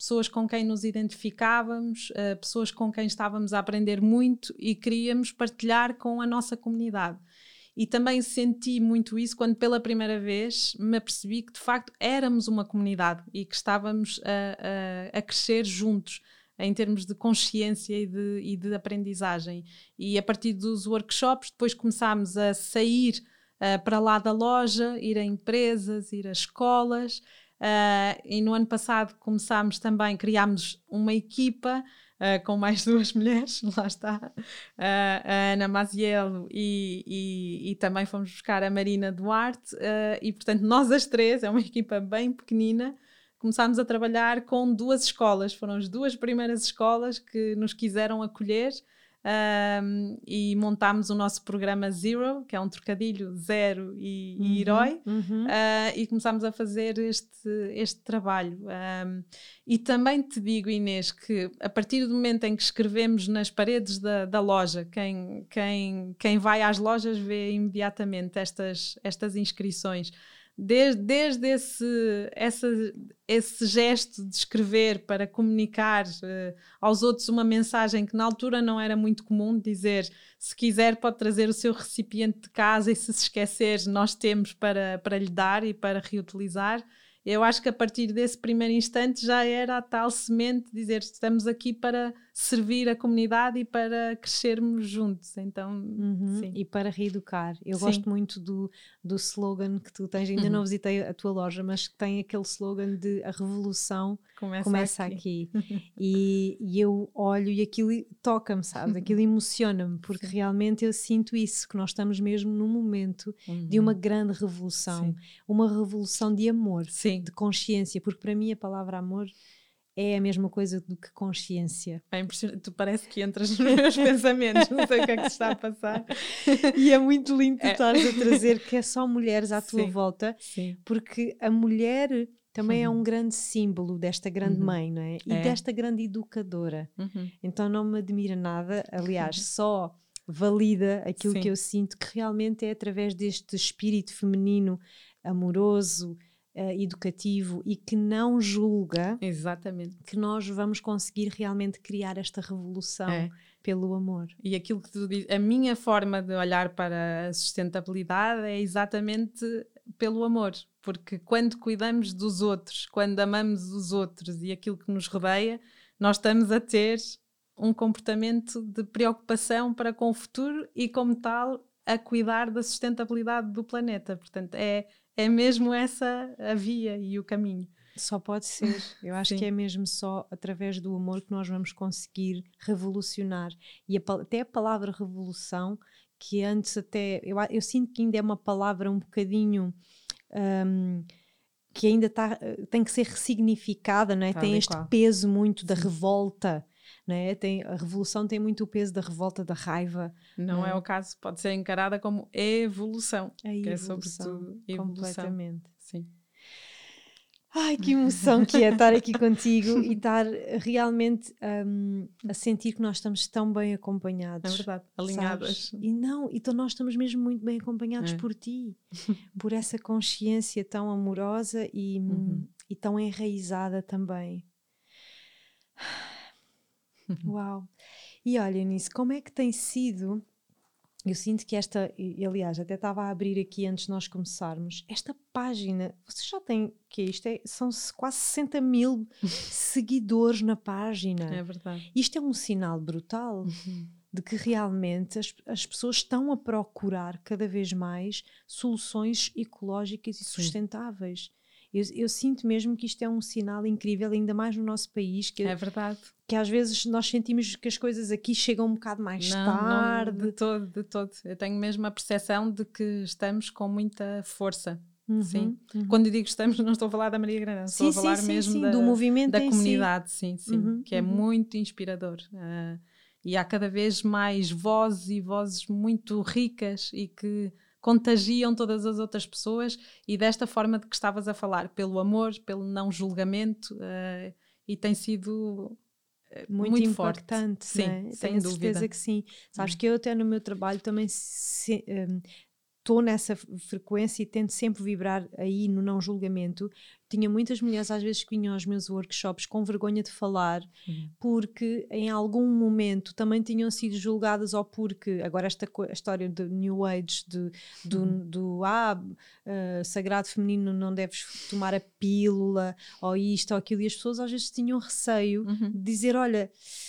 pessoas com quem nos identificávamos, uh, pessoas com quem estávamos a aprender muito e queríamos partilhar com a nossa comunidade. E também senti muito isso quando pela primeira vez me apercebi que de facto éramos uma comunidade e que estávamos a, a, a crescer juntos em termos de consciência e de, e de aprendizagem. E a partir dos workshops depois começámos a sair uh, para lá da loja, ir a empresas, ir a escolas. Uh, e no ano passado começámos também, criámos uma equipa uh, com mais duas mulheres, lá está, uh, a Ana Maziello e, e, e também fomos buscar a Marina Duarte, uh, e portanto nós as três, é uma equipa bem pequenina, começámos a trabalhar com duas escolas, foram as duas primeiras escolas que nos quiseram acolher. Um, e montámos o nosso programa Zero, que é um trocadilho zero e, uhum, e herói, uhum. uh, e começámos a fazer este, este trabalho. Um, e também te digo, Inês, que a partir do momento em que escrevemos nas paredes da, da loja, quem, quem, quem vai às lojas vê imediatamente estas, estas inscrições. Desde, desde esse, essa, esse gesto de escrever para comunicar uh, aos outros uma mensagem que na altura não era muito comum, dizer se quiser pode trazer o seu recipiente de casa e se se esquecer nós temos para, para lhe dar e para reutilizar. Eu acho que a partir desse primeiro instante já era a tal semente de dizer estamos aqui para servir a comunidade e para crescermos juntos. Então, uhum. sim. E para reeducar. Eu sim. gosto muito do, do slogan que tu tens, ainda uhum. não visitei a tua loja, mas que tem aquele slogan de a revolução começa, começa aqui. aqui. e, e eu olho e aquilo toca-me, sabes? Aquilo emociona-me, porque sim. realmente eu sinto isso, que nós estamos mesmo num momento uhum. de uma grande revolução. Sim. Uma revolução de amor. Sim. De consciência, porque para mim a palavra amor é a mesma coisa do que consciência. É impressionante, tu parece que entras nos meus pensamentos, não sei o que é que te está a passar. E é muito lindo tu estares a trazer que é só mulheres à tua sim, volta, sim. porque a mulher também uhum. é um grande símbolo desta grande uhum. mãe, não é? E é. desta grande educadora. Uhum. Então não me admira nada, aliás, só valida aquilo sim. que eu sinto que realmente é através deste espírito feminino amoroso, Uh, educativo e que não julga. Exatamente. Que nós vamos conseguir realmente criar esta revolução é. pelo amor. E aquilo que tu dizes, a minha forma de olhar para a sustentabilidade é exatamente pelo amor, porque quando cuidamos dos outros, quando amamos os outros e aquilo que nos rodeia, nós estamos a ter um comportamento de preocupação para com o futuro e, como tal, a cuidar da sustentabilidade do planeta. Portanto, é É mesmo essa a via e o caminho. Só pode ser. Eu acho Sim. que é mesmo só através do amor que nós vamos conseguir revolucionar. E a, até a palavra revolução, que antes até... Eu, eu sinto que ainda é uma palavra um bocadinho... Um, que ainda tá, tem que ser ressignificada, não é? Tá tem este qual. peso muito da Sim. revolta. Não é? Tem, a revolução tem muito o peso da revolta, da raiva. Não, não é? é o caso, pode ser encarada como evolução, a que evolução, é sobretudo evolução. Completamente. Sim. Ai, que emoção que é estar aqui contigo e estar realmente um, a sentir que nós estamos tão bem acompanhados. É verdade, alinhadas. Sabes? E não, então nós estamos mesmo muito bem acompanhados é. por ti, por essa consciência tão amorosa e, uhum. e tão enraizada também. Uau! E olha nisso, como é que tem sido? Eu sinto que esta, e, aliás, até estava a abrir aqui antes de nós começarmos, esta página, vocês já têm, que é isto? É, são quase sessenta mil seguidores na página. É verdade. Isto é um sinal brutal uhum. de que realmente as, as pessoas estão a procurar cada vez mais soluções ecológicas e Sim. sustentáveis. Eu, eu sinto mesmo que isto é um sinal incrível, ainda mais no nosso país. Que, é verdade. Que às vezes nós sentimos que as coisas aqui chegam um bocado mais não, tarde. Não, de todo, de todo. Eu tenho mesmo a percepção de que estamos com muita força. Uhum, sim. Uhum. Quando eu digo estamos, não estou a falar da Maria Granel, estou sim, a falar sim, mesmo sim, da, do movimento da em comunidade, si. sim, sim, uhum, que é uhum. muito inspirador. Uh, e há cada vez mais vozes e vozes muito ricas e que contagiam todas as outras pessoas, e desta forma de que estavas a falar, pelo amor, pelo não julgamento, uh, e tem sido uh, muito, muito impactante, forte. Sim, né? sem Tenho dúvida. certeza que sim. Sabes hum. que eu até no meu trabalho também estou um, nessa frequência e tento sempre vibrar aí no não julgamento, tinha muitas mulheres às vezes que vinham aos meus workshops com vergonha de falar, uhum. porque em algum momento também tinham sido julgadas, ou porque, agora esta a história do New Age, de, do, uhum. do ah, uh, sagrado feminino, não deves tomar a pílula, ou isto ou aquilo, e as pessoas às vezes tinham receio uhum. de dizer, olha,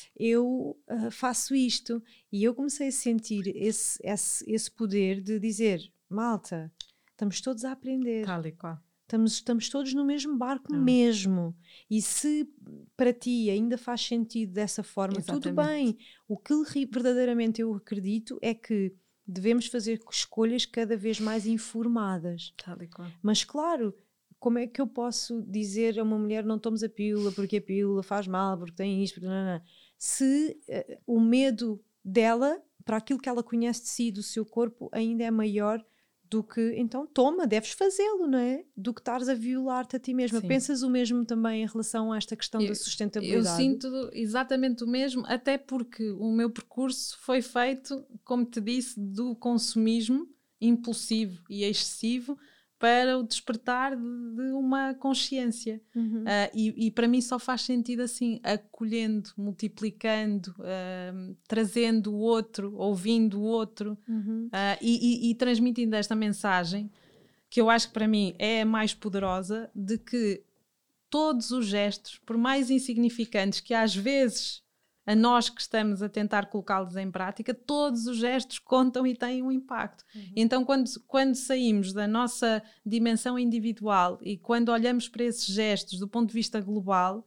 eu uh, faço isto, e eu comecei a sentir esse, esse, esse poder de dizer, malta, estamos todos a aprender. Tal e qual. Estamos, estamos todos no mesmo barco uhum. mesmo. E se para ti ainda faz sentido dessa forma, exatamente. Tudo bem. O que verdadeiramente eu acredito é que devemos fazer escolhas cada vez mais informadas. Tal e qual. Mas claro, como é que eu posso dizer a uma mulher não tomes a pílula porque a pílula faz mal, porque tem isto, porque não, não, não. Se uh, o medo dela, para aquilo que ela conhece de si, do seu corpo, ainda é maior do que, então toma, deves fazê-lo, não é? Do que estares a violar-te a ti mesma. Sim. Pensas o mesmo também em relação a esta questão eu, da sustentabilidade? Eu sinto exatamente o mesmo, até porque o meu percurso foi feito, como te disse, do consumismo impulsivo e excessivo para o despertar de, de uma consciência. Uhum. Uh, e, e para mim só faz sentido assim, acolhendo, multiplicando, uh, trazendo o outro, ouvindo o outro, uhum. uh, e, e, e transmitindo esta mensagem, que eu acho que para mim é a mais poderosa, de que todos os gestos, por mais insignificantes que às vezes a nós que estamos a tentar colocá-los em prática, todos os gestos contam e têm um impacto. Uhum. Então, quando, quando saímos da nossa dimensão individual e quando olhamos para esses gestos do ponto de vista global,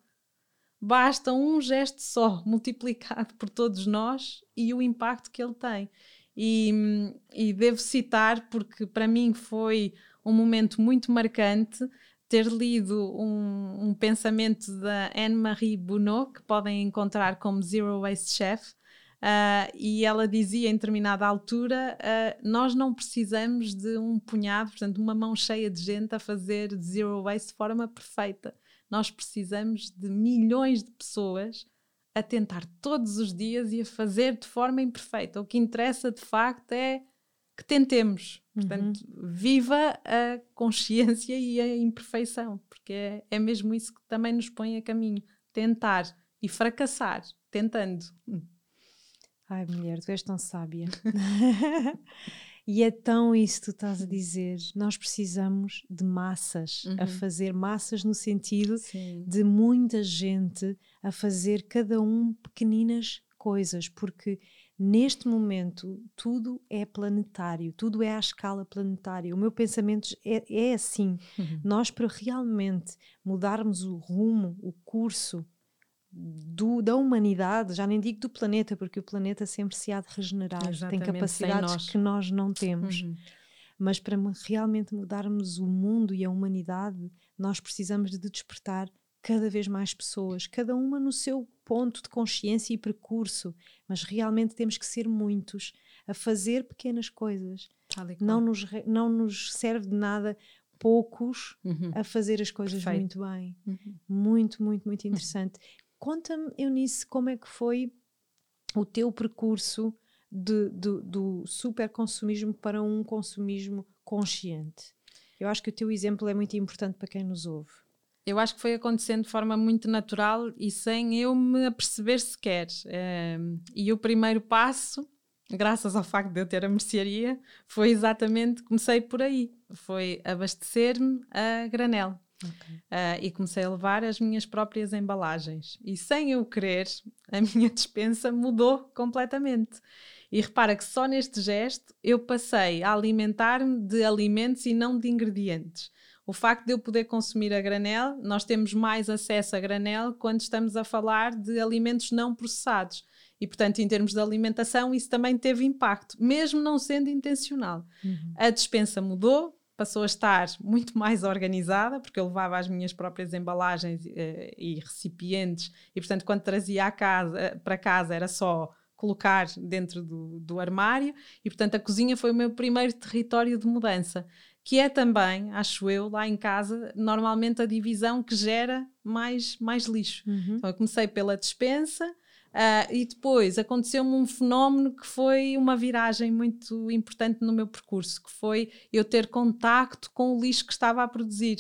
basta um gesto só, multiplicado por todos nós, e o impacto que ele tem. E, e devo citar, porque para mim foi um momento muito marcante, ter lido um, um pensamento da Anne-Marie Bonneau, que podem encontrar como Zero Waste Chef, uh, e ela dizia em determinada altura, uh, nós não precisamos de um punhado, portanto uma mão cheia de gente a fazer Zero Waste de forma perfeita. Nós precisamos de milhões de pessoas a tentar todos os dias e a fazer de forma imperfeita. O que interessa de facto é que tentemos. Portanto, uhum. viva a consciência e a imperfeição, porque é, é mesmo isso que também nos põe a caminho. Tentar e fracassar, tentando. Ai, mulher, tu és tão sábia. E é tão isso que tu estás a dizer. Nós precisamos de massas, uhum. a fazer massas no sentido Sim. de muita gente a fazer cada um pequeninas coisas, porque neste momento tudo é planetário, tudo é à escala planetária. O meu pensamento é, é assim. Uhum. Nós, para realmente mudarmos o rumo, o curso do, da humanidade, já nem digo do planeta, porque o planeta sempre se há de regenerar, Exatamente, tem capacidades nós. que nós não temos. Uhum. Mas para realmente mudarmos o mundo e a humanidade, nós precisamos de despertar cada vez mais pessoas, cada uma no seu ponto de consciência e percurso, mas realmente temos que ser muitos a fazer pequenas coisas. Não nos, não nos serve de nada poucos uhum. a fazer as coisas Perfeito. muito bem. Uhum. Muito, muito, muito interessante. Uhum. Conta-me, Eunice, como é que foi o teu percurso de, de, do superconsumismo para um consumismo consciente? Eu acho que o teu exemplo é muito importante para quem nos ouve. Eu acho que foi acontecendo de forma muito natural e sem eu me aperceber sequer. Um, e o primeiro passo, graças ao facto de eu ter a mercearia, foi exatamente, comecei por aí. Foi abastecer-me a granel. Okay. Uh, e comecei a levar as minhas próprias embalagens. E sem eu querer, a minha despensa mudou completamente. E repara que só neste gesto eu passei a alimentar-me de alimentos e não de ingredientes. O facto de eu poder consumir a granel, nós temos mais acesso a granel quando estamos a falar de alimentos não processados. E, portanto, em termos de alimentação, isso também teve impacto, mesmo não sendo intencional. Uhum. A despensa mudou, passou a estar muito mais organizada, porque eu levava as minhas próprias embalagens uh, e recipientes, e, portanto, quando trazia a casa, para casa era só colocar dentro do, do armário, e, portanto, a cozinha foi o meu primeiro território de mudança, que é também, acho eu, lá em casa, normalmente a divisão que gera mais, mais lixo. Uhum. Então eu comecei pela despensa uh, e depois aconteceu-me um fenómeno que foi uma viragem muito importante no meu percurso, que foi eu ter contacto com o lixo que estava a produzir.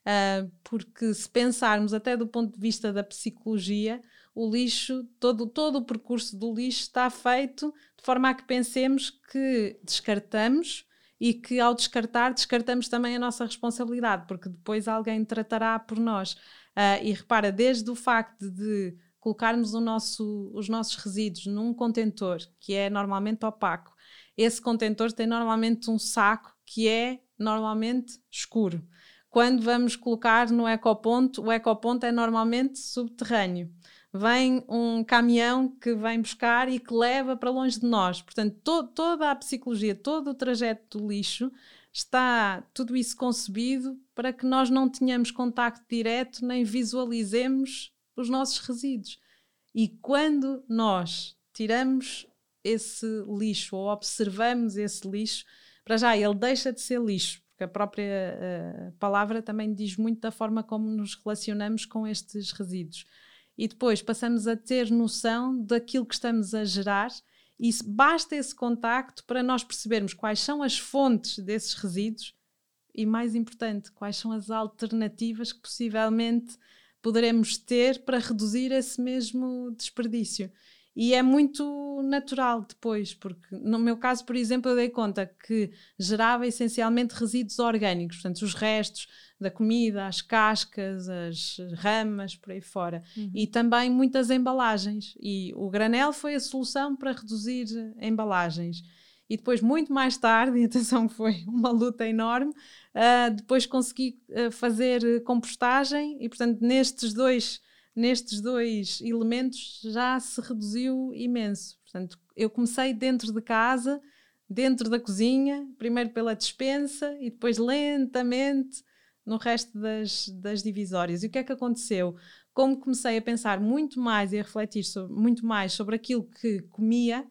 uh, porque se pensarmos até do ponto de vista da psicologia, o lixo, todo, todo o percurso do lixo está feito de forma a que pensemos que descartamos e que ao descartar, descartamos também a nossa responsabilidade, porque depois alguém tratará por nós. Uh, e repara, desde o facto de colocarmos o nosso, os nossos resíduos num contentor que é normalmente opaco, esse contentor tem normalmente um saco que é normalmente escuro. Quando vamos colocar no ecoponto, o ecoponto é normalmente subterrâneo. Vem um caminhão que vem buscar e que leva para longe de nós. Portanto, to- toda a psicologia, todo o trajeto do lixo, está tudo isso concebido para que nós não tenhamos contacto direto nem visualizemos os nossos resíduos. E quando nós tiramos esse lixo ou observamos esse lixo, para já ele deixa de ser lixo, porque a própria uh, palavra também diz muito da forma como nos relacionamos com estes resíduos. E depois passamos a ter noção daquilo que estamos a gerar e basta esse contacto para nós percebermos quais são as fontes desses resíduos e, mais importante, quais são as alternativas que possivelmente poderemos ter para reduzir esse mesmo desperdício. E é muito natural depois, porque no meu caso, por exemplo, eu dei conta que gerava essencialmente resíduos orgânicos, portanto os restos da comida, as cascas, as ramas, por aí fora. Uhum. E também muitas embalagens. E o granel foi a solução para reduzir embalagens. E depois, muito mais tarde, e atenção que foi uma luta enorme, uh, depois consegui uh, fazer compostagem e, portanto, nestes dois... nestes dois elementos já se reduziu imenso. Portanto, eu comecei dentro de casa, dentro da cozinha, primeiro pela despensa e depois lentamente no resto das, das divisórias. E o que é que aconteceu? Como comecei a pensar muito mais e a refletir sobre, muito mais sobre aquilo que comia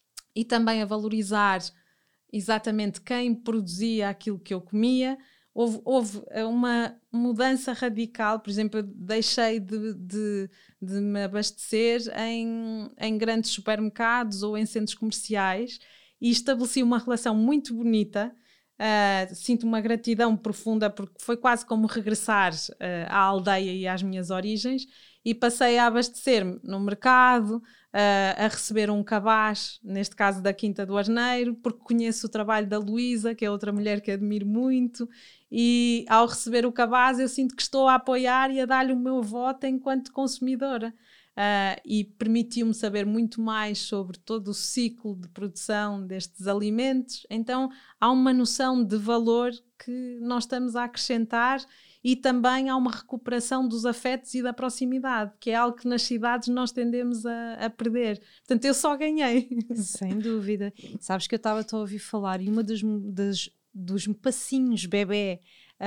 e também a valorizar exatamente quem produzia aquilo que eu comia, Houve, houve uma mudança radical. Por exemplo, eu deixei de, de, de me abastecer em, em grandes supermercados ou em centros comerciais e estabeleci uma relação muito bonita. Uh, sinto uma gratidão profunda porque foi quase como regressar uh, à aldeia e às minhas origens e passei a abastecer-me no mercado, uh, a receber um cabaz, neste caso da Quinta do Arneiro, porque conheço o trabalho da Luísa, que é outra mulher que admiro muito, e ao receber o cabaz eu sinto que estou a apoiar e a dar-lhe o meu voto enquanto consumidora. Uh, e permitiu-me saber muito mais sobre todo o ciclo de produção destes alimentos. Então há uma noção de valor que nós estamos a acrescentar e também há uma recuperação dos afetos e da proximidade, que é algo que nas cidades nós tendemos a, a perder. Portanto, eu só ganhei. Sem dúvida. Sabes que eu estava a ouvir falar e uma das, das, dos passinhos bebê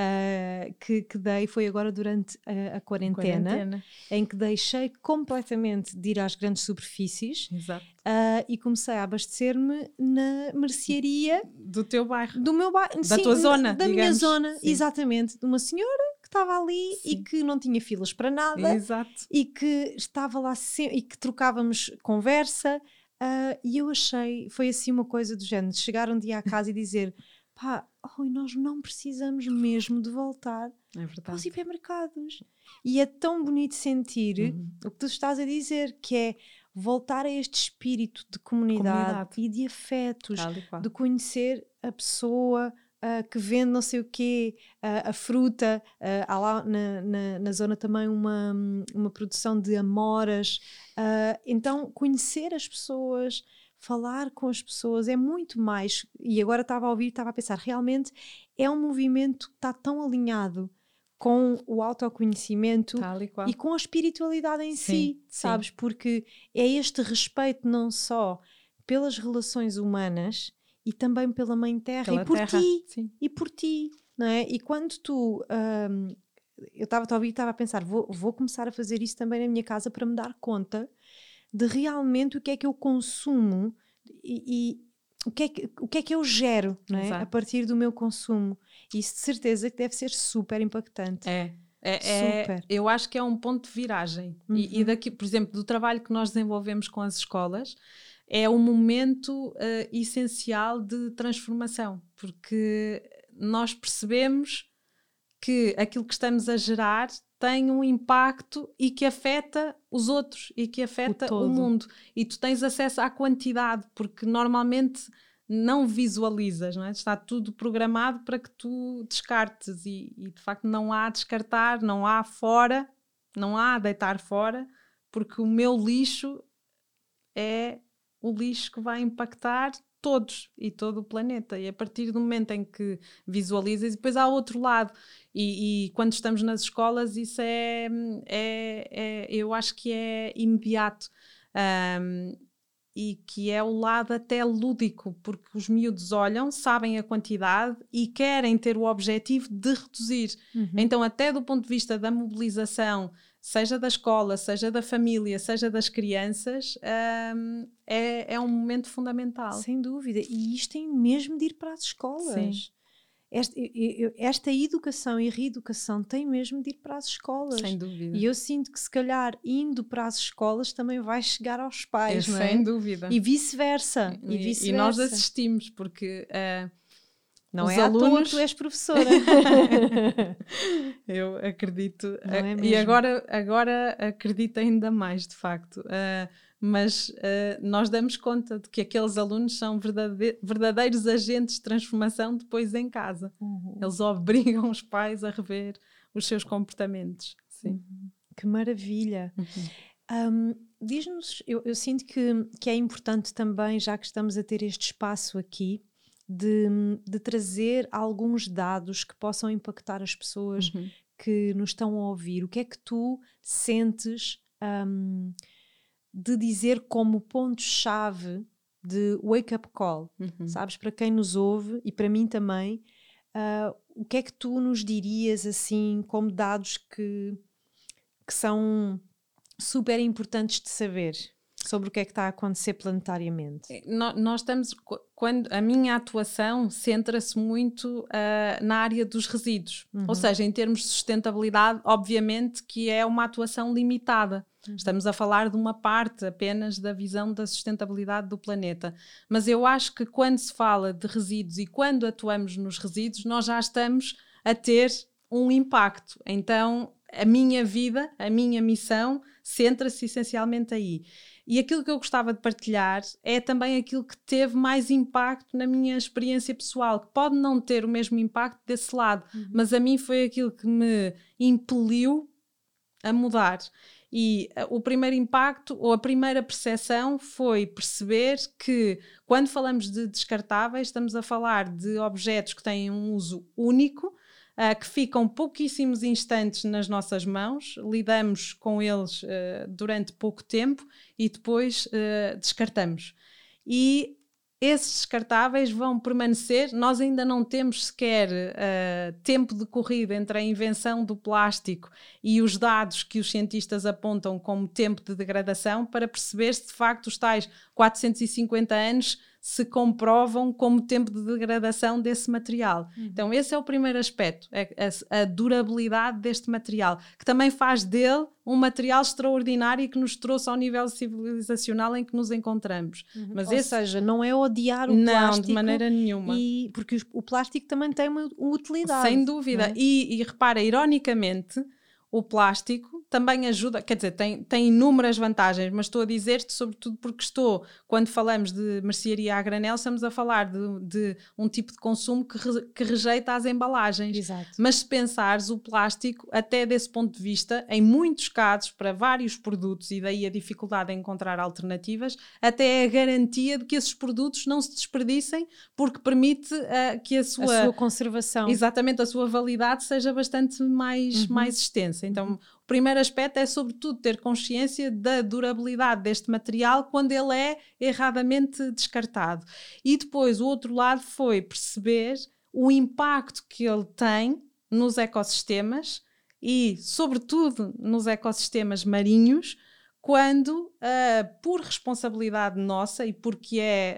Uh, que, que dei foi agora durante a, a quarentena, quarentena, em que deixei completamente de ir às grandes superfícies uh, e comecei a abastecer-me na mercearia do teu bairro, do meu bairro, da sim, tua zona, da digamos. minha zona, sim. Exatamente, de uma senhora que estava ali sim. e que não tinha filas para nada. Exato. E que estava lá sempre, e que trocávamos conversa uh, e eu achei, foi assim uma coisa do género, de chegar um dia à casa e dizer pá, oh, nós não precisamos mesmo de voltar é para os hipermercados. E é tão bonito sentir uhum. o que tu estás a dizer, que é voltar a este espírito de comunidade, comunidade. E de afetos, de conhecer a pessoa uh, que vende não sei o quê, uh, a fruta. Uh, há lá na, na, na zona também uma, uma produção de amoras. Uh, então, conhecer as pessoas, falar com as pessoas é muito mais, e agora estava a ouvir, estava a pensar, realmente é um movimento que está tão alinhado com o autoconhecimento e, e com a espiritualidade em sim, si, sabes? Sim. Porque é este respeito não só pelas relações humanas e também pela Mãe Terra pela e por terra. ti, sim. e por ti, não é? E quando tu, hum, eu estava a ouvir, estava a pensar, vou, vou começar a fazer isso também na minha casa para me dar conta de realmente o que é que eu consumo e, e o, que é que, o que é que eu gero, não é? A partir do meu consumo. Isso de certeza que deve ser super impactante. É, é, super. É, eu acho que é um ponto de viragem. Uhum. E, e daqui, por exemplo, do trabalho que nós desenvolvemos com as escolas, é um momento uh, essencial de transformação, porque nós percebemos que aquilo que estamos a gerar tem um impacto e que afeta os outros e que afeta o, o mundo. E tu tens acesso à quantidade, porque normalmente não visualizas, não é? Está tudo programado para que tu descartes e, e de facto não há descartar, não há fora, não há deitar fora, porque o meu lixo é o lixo que vai impactar todos e todo o planeta. E a partir do momento em que visualizas, e depois há outro lado, e, e quando estamos nas escolas isso é, é, é eu acho que é imediato. Um, e que é o lado até lúdico, porque os miúdos olham, sabem a quantidade e querem ter o objetivo de reduzir. Uhum. Então, até do ponto de vista da mobilização, seja da escola, seja da família, seja das crianças, um, é, é um momento fundamental. Sem dúvida. E isto tem mesmo de ir para as escolas. Sim. Esta, esta educação e reeducação tem mesmo de ir para as escolas. Sem dúvida. E eu sinto que se calhar indo para as escolas também vai chegar aos pais, é, não é? Sem dúvida. E vice-versa. E, e, vice-versa. e nós assistimos, porque uh, não os é alunos... à toa que tu és professora. Eu acredito. Não é mesmo? E agora, agora acredito ainda mais, de facto. Uh, mas uh, nós damos conta de que aqueles alunos são verdade- verdadeiros agentes de transformação depois em casa. Uhum. Eles obrigam os pais a rever os seus comportamentos. Sim. Uhum. Que maravilha! Uhum. Um, diz-nos, eu, eu sinto que, que é importante também, já que estamos a ter este espaço aqui, de, de trazer alguns dados que possam impactar as pessoas uhum. que nos estão a ouvir. O que é que tu sentes... Um, de dizer como ponto-chave de wake-up call, uhum. sabes? Para quem nos ouve e para mim também, uh, o que é que tu nos dirias assim como dados que, que são super importantes de saber sobre o que é que está a acontecer planetariamente? Nós, nós estamos, quando a minha atuação centra-se muito uh, na área dos resíduos, uhum. ou seja, em termos de sustentabilidade, obviamente que é uma atuação limitada. Uhum. Estamos a falar de uma parte apenas da visão da sustentabilidade do planeta. Mas eu acho que quando se fala de resíduos e quando atuamos nos resíduos, nós já estamos a ter um impacto. Então, a minha vida, a minha missão, centra-se essencialmente aí. E aquilo que eu gostava de partilhar é também aquilo que teve mais impacto na minha experiência pessoal, que pode não ter o mesmo impacto desse lado, uhum. mas a mim foi aquilo que me impeliu a mudar. E uh, o primeiro impacto, ou a primeira percepção, foi perceber que quando falamos de descartáveis, estamos a falar de objetos que têm um uso único, uh, que ficam pouquíssimos instantes nas nossas mãos, lidamos com eles uh, durante pouco tempo e depois uh, descartamos. E esses descartáveis vão permanecer, nós ainda não temos sequer uh, tempo de corrida entre a invenção do plástico e os dados que os cientistas apontam como tempo de degradação para perceber se de facto os tais quatrocentos e cinquenta anos se comprovam como tempo de degradação desse material. Uhum. Então esse é o primeiro aspecto, é a, a durabilidade deste material, que também faz dele um material extraordinário que nos trouxe ao nível civilizacional em que nos encontramos. Uhum. Mas Ou esse... seja, não é odiar o não, plástico. Não, de maneira nenhuma. E, porque o plástico também tem uma utilidade. Sem dúvida. É? E, e repara, ironicamente, o plástico também ajuda, quer dizer, tem, tem inúmeras vantagens, mas estou a dizer-te sobretudo porque estou, quando falamos de mercearia a granel, estamos a falar de, de um tipo de consumo que, re, que rejeita as embalagens. Exato. Mas se pensares, o plástico, até desse ponto de vista, em muitos casos, para vários produtos, e daí a dificuldade em encontrar alternativas, até é a garantia de que esses produtos não se desperdicem, porque permite uh, que a sua... A sua conservação. Exatamente, a sua validade seja bastante mais, uhum. mais extensa. Então, uhum. o primeiro aspecto é, sobretudo, ter consciência da durabilidade deste material quando ele é erradamente descartado. E depois, o outro lado foi perceber o impacto que ele tem nos ecossistemas e, sobretudo, nos ecossistemas marinhos, quando, uh, por responsabilidade nossa e porque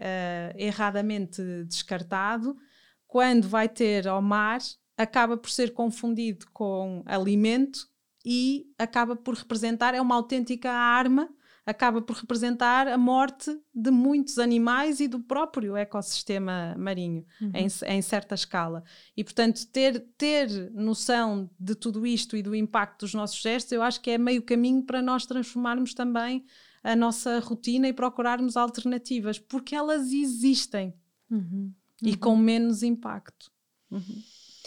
é uh, erradamente descartado, quando vai ter ao mar, acaba por ser confundido com alimento e acaba por representar, é uma autêntica arma acaba por representar a morte de muitos animais e do próprio ecossistema marinho, uhum. em, em certa escala. E, portanto, ter, ter noção de tudo isto e do impacto dos nossos gestos, eu acho que é meio caminho para nós transformarmos também a nossa rotina e procurarmos alternativas, porque elas existem uhum. e Uhum. com menos impacto. Uhum.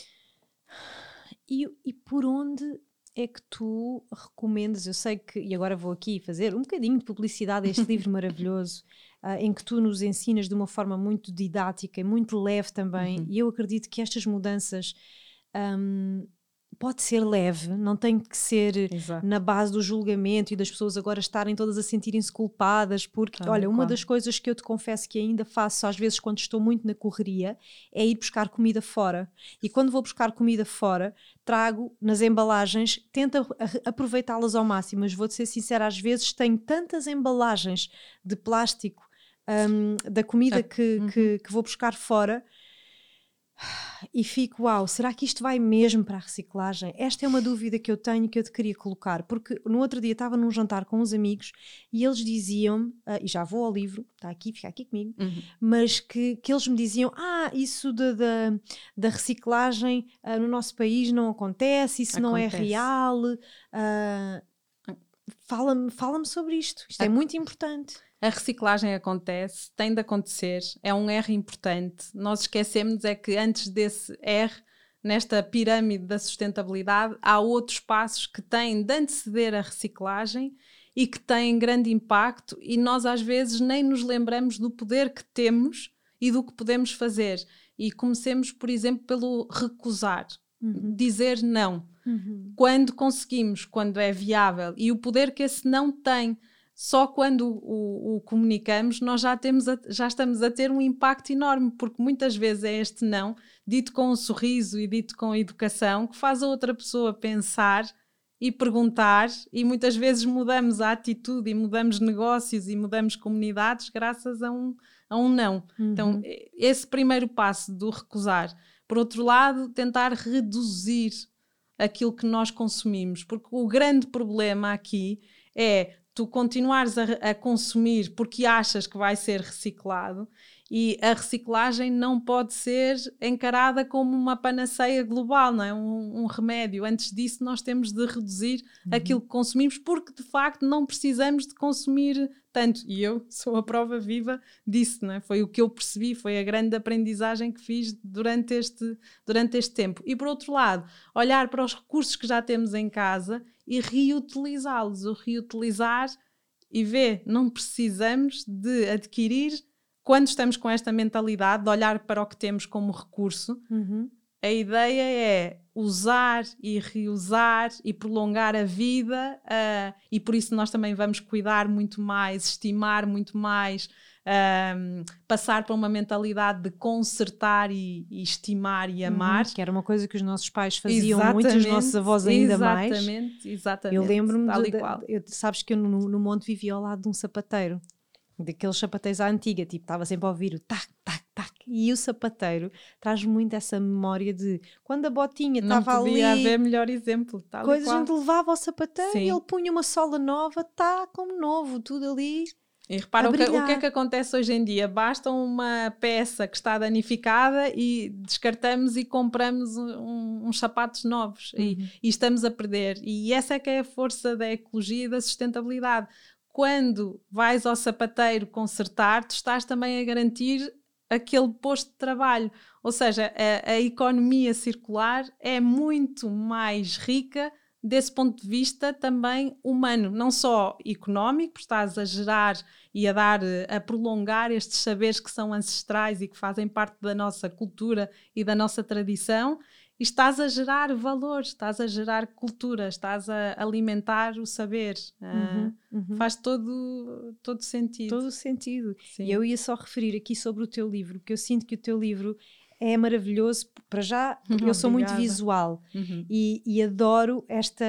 E, e por onde é que tu recomendas? Eu sei que, e agora vou aqui fazer um bocadinho de publicidade a este livro maravilhoso, uh, em que tu nos ensinas de uma forma muito didática e muito leve também, uhum. e eu acredito que estas mudanças um, pode ser leve, não tem que ser Exato. Na base do julgamento e das pessoas agora estarem todas a sentirem-se culpadas, porque, ah, olha, uma qual? das coisas que eu te confesso que ainda faço às vezes quando estou muito na correria é ir buscar comida fora, e quando vou buscar comida fora trago nas embalagens, tento aproveitá-las ao máximo, mas vou-te ser sincera, às vezes tenho tantas embalagens de plástico um, da comida que, uhum. que, que vou buscar fora e fico, uau, será que isto vai mesmo para a reciclagem? Esta é uma dúvida que eu tenho que eu te queria colocar, porque no outro dia estava num jantar com uns amigos e eles diziam-me, uh, e já vou ao livro, está aqui, fica aqui comigo, uhum. mas que, que eles me diziam, ah, isso da, da, da reciclagem uh, no nosso país não acontece, isso acontece. Não é real, uh, fala-me, fala-me sobre isto, isto é muito importante. A reciclagem acontece, tem de acontecer, é um R importante. Nós esquecemos é que antes desse R, nesta pirâmide da sustentabilidade, há outros passos que têm de anteceder a reciclagem e que têm grande impacto, e nós às vezes nem nos lembramos do poder que temos e do que podemos fazer. E comecemos, por exemplo, pelo recusar, uhum. dizer não. Uhum. Quando conseguimos, quando é viável, e o poder que esse não tem. Só quando o, o, o comunicamos nós já, temos a, já estamos a ter um impacto enorme, porque muitas vezes é este não, dito com um sorriso e dito com educação, que faz a outra pessoa pensar e perguntar, e muitas vezes mudamos a atitude e mudamos negócios e mudamos comunidades graças a um, a um não. Uhum. Então, esse primeiro passo do recusar. Por outro lado, tentar reduzir aquilo que nós consumimos, porque o grande problema aqui é tu continuares a, a consumir porque achas que vai ser reciclado, e a reciclagem não pode ser encarada como uma panaceia global, não é? Um, um remédio. Antes disso nós temos de reduzir uhum. aquilo que consumimos, porque de facto não precisamos de consumir tanto. E eu sou a prova viva disso, não é? Foi o que eu percebi, foi a grande aprendizagem que fiz durante este, durante este tempo. E por outro lado, olhar para os recursos que já temos em casa e reutilizá-los, o reutilizar e ver, não precisamos de adquirir. Quando estamos com esta mentalidade de olhar para o que temos como recurso, uhum. a ideia é usar e reusar e prolongar a vida, uh, e por isso nós também vamos cuidar muito mais, estimar muito mais, um, passar para uma mentalidade de consertar e, e estimar e amar. Uhum, que era uma coisa que os nossos pais faziam muito, os nossos avós ainda exatamente, mais. Exatamente, exatamente. Eu lembro-me, tal de, e qual. De, eu, sabes que eu no, no Monte vivia ao lado de um sapateiro, daqueles sapateiros à antiga, tipo, estava sempre a ouvir o tac, tac, tac, e o sapateiro traz muito essa memória de quando a botinha estava ali. Não podia haver melhor exemplo. Tal coisas e qual. A gente levava ao sapateiro Sim. e ele punha uma sola nova, tá como novo, tudo ali. E repara, o que, o que é que acontece hoje em dia? Basta uma peça que está danificada e descartamos e compramos um, uns sapatos novos, uhum. e, e estamos a perder. E essa é que é a força da ecologia e da sustentabilidade. Quando vais ao sapateiro consertar, tu estás também a garantir aquele posto de trabalho. Ou seja, a, a economia circular é muito mais rica desse ponto de vista também humano, não só económico, porque estás a gerar e a dar, a prolongar estes saberes que são ancestrais e que fazem parte da nossa cultura e da nossa tradição, e estás a gerar valores, estás a gerar cultura, estás a alimentar o saber. Uhum, uhum. Faz todo, todo sentido. Todo sentido. Sim. E eu ia só referir aqui sobre o teu livro, porque eu sinto que o teu livro é maravilhoso. Para já, uhum, eu sou obrigada. Muito visual, uhum. e, e adoro esta...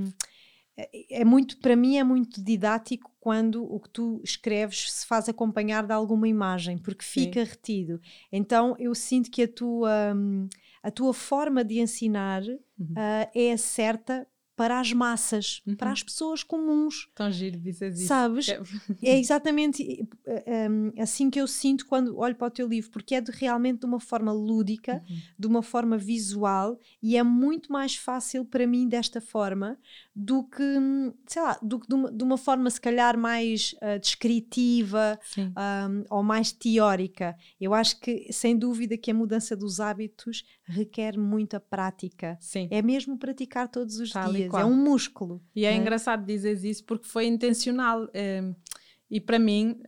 É muito, para mim é muito didático quando o que tu escreves se faz acompanhar de alguma imagem, porque fica Sim. retido. Então eu sinto que a tua, a tua forma de ensinar uhum. uh, é certa para as massas, uhum. para as pessoas comuns. Tão giro dizer isso. Sabes? É, é exatamente um, assim que eu sinto quando olho para o teu livro, porque é de, realmente de uma forma lúdica, uhum. de uma forma visual, e é muito mais fácil para mim desta forma do que, sei lá, do que de uma, de uma forma se calhar mais uh, descritiva um, ou mais teórica. Eu acho que, sem dúvida, que a mudança dos hábitos requer muita prática. Sim. É mesmo praticar todos os Tal dias. É um músculo. E é, é engraçado dizer isso porque foi intencional. Um, e para mim,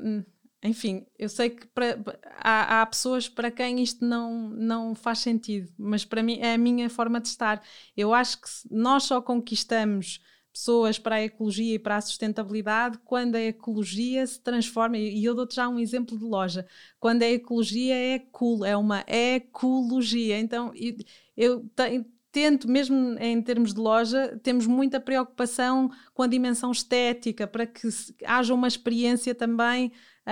enfim, eu sei que para, há, há pessoas para quem isto não, não faz sentido, mas para mim é a minha forma de estar. Eu acho que nós só conquistamos pessoas para a ecologia e para a sustentabilidade quando a ecologia se transforma, e eu dou-te já um exemplo de loja, quando a ecologia é cool, é uma ecologia. Então eu, eu tenho tento, mesmo em termos de loja, temos muita preocupação com a dimensão estética, para que haja uma experiência também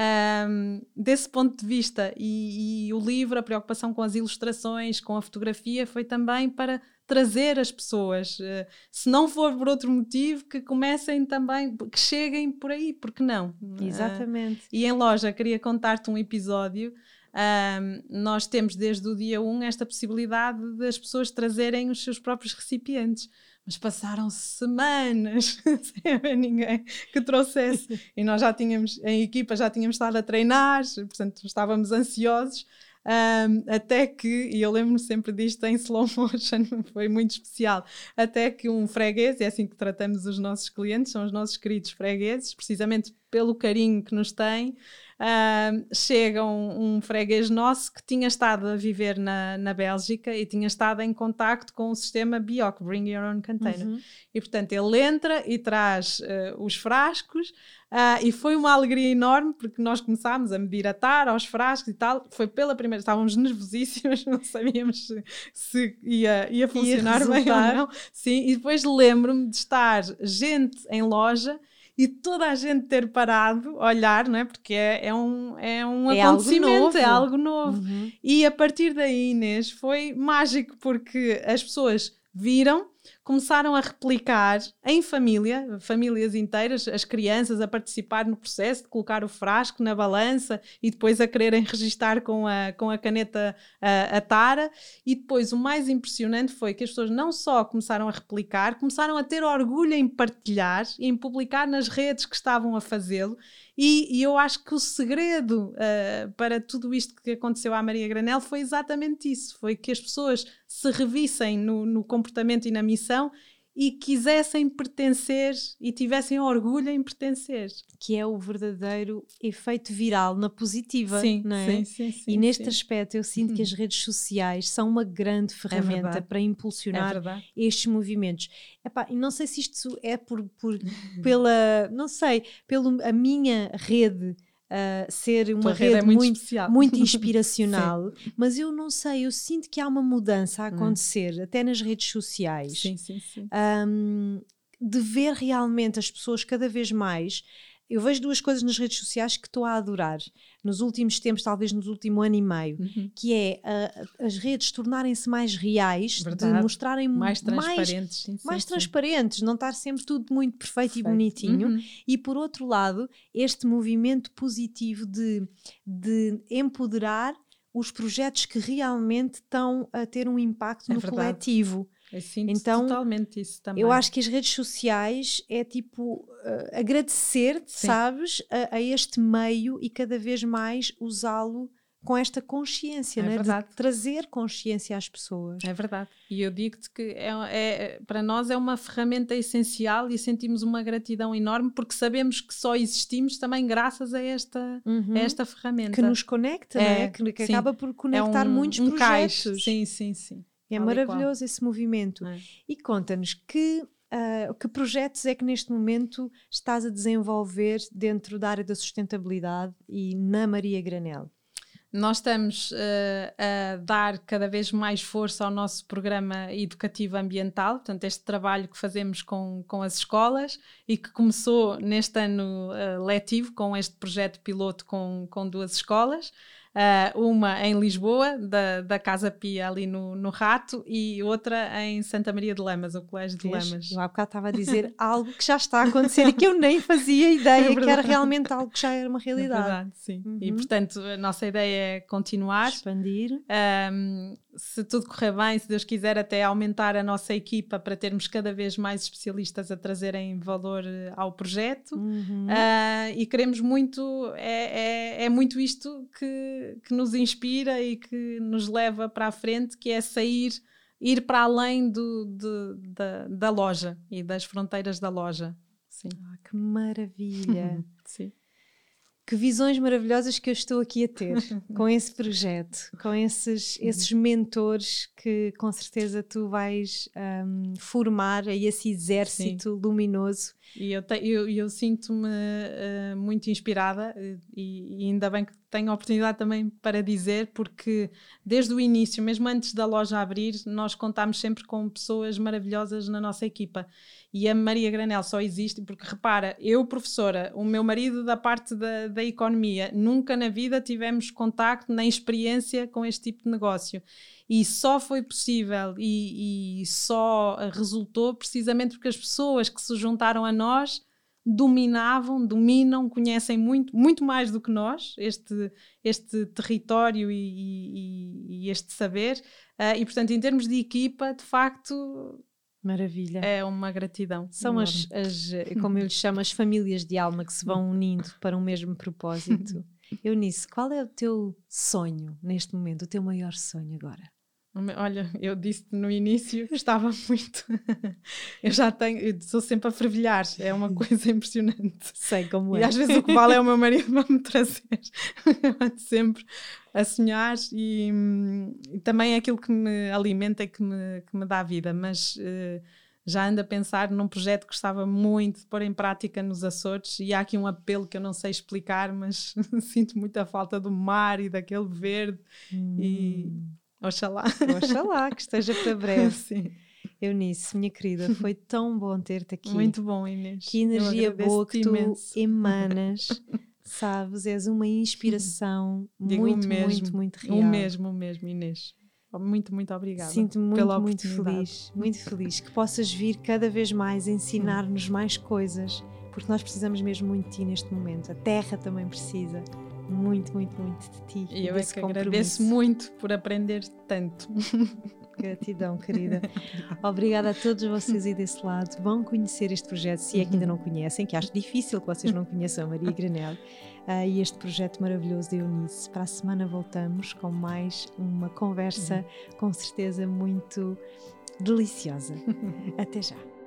um, desse ponto de vista. E, e o livro, a preocupação com as ilustrações, com a fotografia, foi também para trazer as pessoas. Uh, se não for por outro motivo, que comecem também, que cheguem por aí, porque não? Exatamente. Uh, e em loja, queria contar-te um episódio. Um, nós temos desde o dia um esta possibilidade das pessoas trazerem os seus próprios recipientes, mas passaram-se semanas sem haver ninguém que trouxesse e nós já tínhamos, em equipa já tínhamos estado a treinar, portanto estávamos ansiosos, um, até que, e eu lembro-me sempre disto em slow motion, foi muito especial, até que um freguês, é assim que tratamos os nossos clientes, são os nossos queridos fregueses, precisamente pelo carinho que nos têm. Uh, chega um, um freguês nosso que tinha estado a viver na, na Bélgica e tinha estado em contacto com o sistema B I O C, Bring Your Own Container. Uhum. E, portanto, ele entra e traz uh, os frascos uh, e foi uma alegria enorme porque nós começámos a medir a tara aos frascos e tal. Foi pela primeira... Estávamos nervosíssimas, não sabíamos se, se ia, ia funcionar ia bem ou não. Sim, e depois lembro-me de estar gente em loja e toda a gente ter parado, olhar, não é? Porque é, é um, é um é acontecimento, algo é algo novo. Uhum. E a partir daí, Inês, foi mágico, porque as pessoas viram, começaram a replicar em família, famílias inteiras, as crianças a participar no processo de colocar o frasco na balança e depois a quererem registar com a, com a caneta a, a tara. E depois o mais impressionante foi que as pessoas não só começaram a replicar, começaram a ter orgulho em partilhar e em publicar nas redes que estavam a fazê-lo. E, e eu acho que o segredo uh, para tudo isto que aconteceu à Maria Granel foi exatamente isso, foi que as pessoas se revissem no, no comportamento e na missão e quisessem pertencer e tivessem orgulho em pertencer. Que é o verdadeiro efeito viral na positiva, sim, não é? Sim, sim, sim. E neste sim. aspecto eu sinto que as redes sociais são uma grande ferramenta é para impulsionar é estes movimentos. Epá, e não sei se isto é por, por pela, não sei, pela minha rede Uh, ser uma rede, rede é muito, muito, muito inspiracional, mas eu não sei, eu sinto que há uma mudança a acontecer, hum. até nas redes sociais, sim, sim, sim. Um, de ver realmente as pessoas cada vez mais. Eu vejo duas coisas nas redes sociais que estou a adorar nos últimos tempos, talvez no último ano e meio, uhum. que é uh, as redes tornarem-se mais reais, Verdade. de mostrarem mais transparentes, mais, sim, sim, mais sim. transparentes, não estar sempre tudo muito perfeito, perfeito. e bonitinho. Uhum. E por outro lado, este movimento positivo de, de empoderar os projetos que realmente estão a ter um impacto é no verdade. coletivo. Eu sinto então, totalmente isso também. Eu acho que as redes sociais é tipo uh, agradecer-te, Sim. sabes, a, a este meio e cada vez mais usá-lo com esta consciência, é né? verdade. De trazer consciência às pessoas. É verdade. E eu digo-te que é, é, para nós é uma ferramenta essencial e sentimos uma gratidão enorme porque sabemos que só existimos também graças a esta, uhum. a esta ferramenta. Que nos conecta, é, né? que, que acaba por conectar é um, muitos um projetos. Caixa. Sim, sim, sim. É Tal maravilhoso esse movimento. É. E conta-nos que, uh, que projetos é que neste momento estás a desenvolver dentro da área da sustentabilidade e na Maria Granel? Nós estamos uh, a dar cada vez mais força ao nosso programa educativo ambiental, portanto este trabalho que fazemos com, com as escolas e que começou neste ano uh, letivo com este projeto piloto com, com duas escolas. Uh, uma em Lisboa, da, da Casa Pia, ali no, no Rato, e outra em Santa Maria de Lamas, o Colégio de Vês? Lamas. Eu há bocado estava a dizer algo que já está a acontecer e que eu nem fazia ideia, é que era realmente algo que já era uma realidade. É verdade, sim. Uhum. E, portanto, a nossa ideia é continuar. Expandir. Um, se tudo correr bem, se Deus quiser, até aumentar a nossa equipa para termos cada vez mais especialistas a trazerem valor ao projeto. Uhum. Uh, e queremos muito, é, é, é muito isto que, que nos inspira e que nos leva para a frente, que é sair, ir para além do, de, da, da loja e das fronteiras da loja. Sim. Ah, que maravilha! Sim. Que visões maravilhosas que eu estou aqui a ter com esse projeto, com esses, esses mentores que com certeza tu vais um, formar aí esse exército Sim. luminoso. E eu, te, eu, eu sinto-me uh, muito inspirada e, e ainda bem que tenho a oportunidade também para dizer, porque desde o início, mesmo antes da loja abrir, nós contámos sempre com pessoas maravilhosas na nossa equipa. E a Maria Granel só existe porque, repara, eu professora, o meu marido da parte da, da economia, nunca na vida tivemos contacto nem experiência com este tipo de negócio. E só foi possível e, e só resultou precisamente porque as pessoas que se juntaram a nós dominavam, dominam, conhecem muito, muito mais do que nós este, este território e, e, e este saber. Uh, e, portanto, em termos de equipa, de facto... Maravilha. É uma gratidão. São as, as, como eu lhes chamo, as famílias de alma que se vão unindo para um mesmo propósito. Eunice, qual é o teu sonho neste momento, o teu maior sonho agora? Olha, eu disse no início que estava muito... eu já tenho... Eu sou sempre a fervilhar. É uma coisa impressionante. Sei como é. E às vezes o que vale é o meu marido para me trazer. Eu ando sempre a sonhar e, e também é aquilo que me alimenta e que me, que me dá vida. Mas uh, já ando a pensar num projeto que gostava muito de pôr em prática nos Açores. E há aqui um apelo que eu não sei explicar, mas sinto muita falta do mar e daquele verde. Hum. E... Oxalá. Oxalá, que esteja para breve. Sim. Eunice, minha querida, foi tão bom ter-te aqui. Muito bom, Inês. Que energia boa que imenso. Tu emanas, sabes? És uma inspiração muito, mesmo, muito, muito real. O mesmo, o mesmo, Inês. Muito, muito obrigada. Sinto-me muito, pela muito feliz, muito feliz que possas vir cada vez mais ensinar-nos mais coisas, porque nós precisamos mesmo muito de ti neste momento. A Terra também precisa. Muito, muito, muito de ti. E eu é que agradeço muito por aprender tanto. Gratidão, querida. Obrigada a todos vocês aí desse lado. Vão conhecer este projeto, se é que ainda não conhecem, que acho difícil que vocês não conheçam a Maria Granel uh, e este projeto maravilhoso de Eunice. Para a semana voltamos com mais uma conversa, com certeza muito deliciosa. Até já.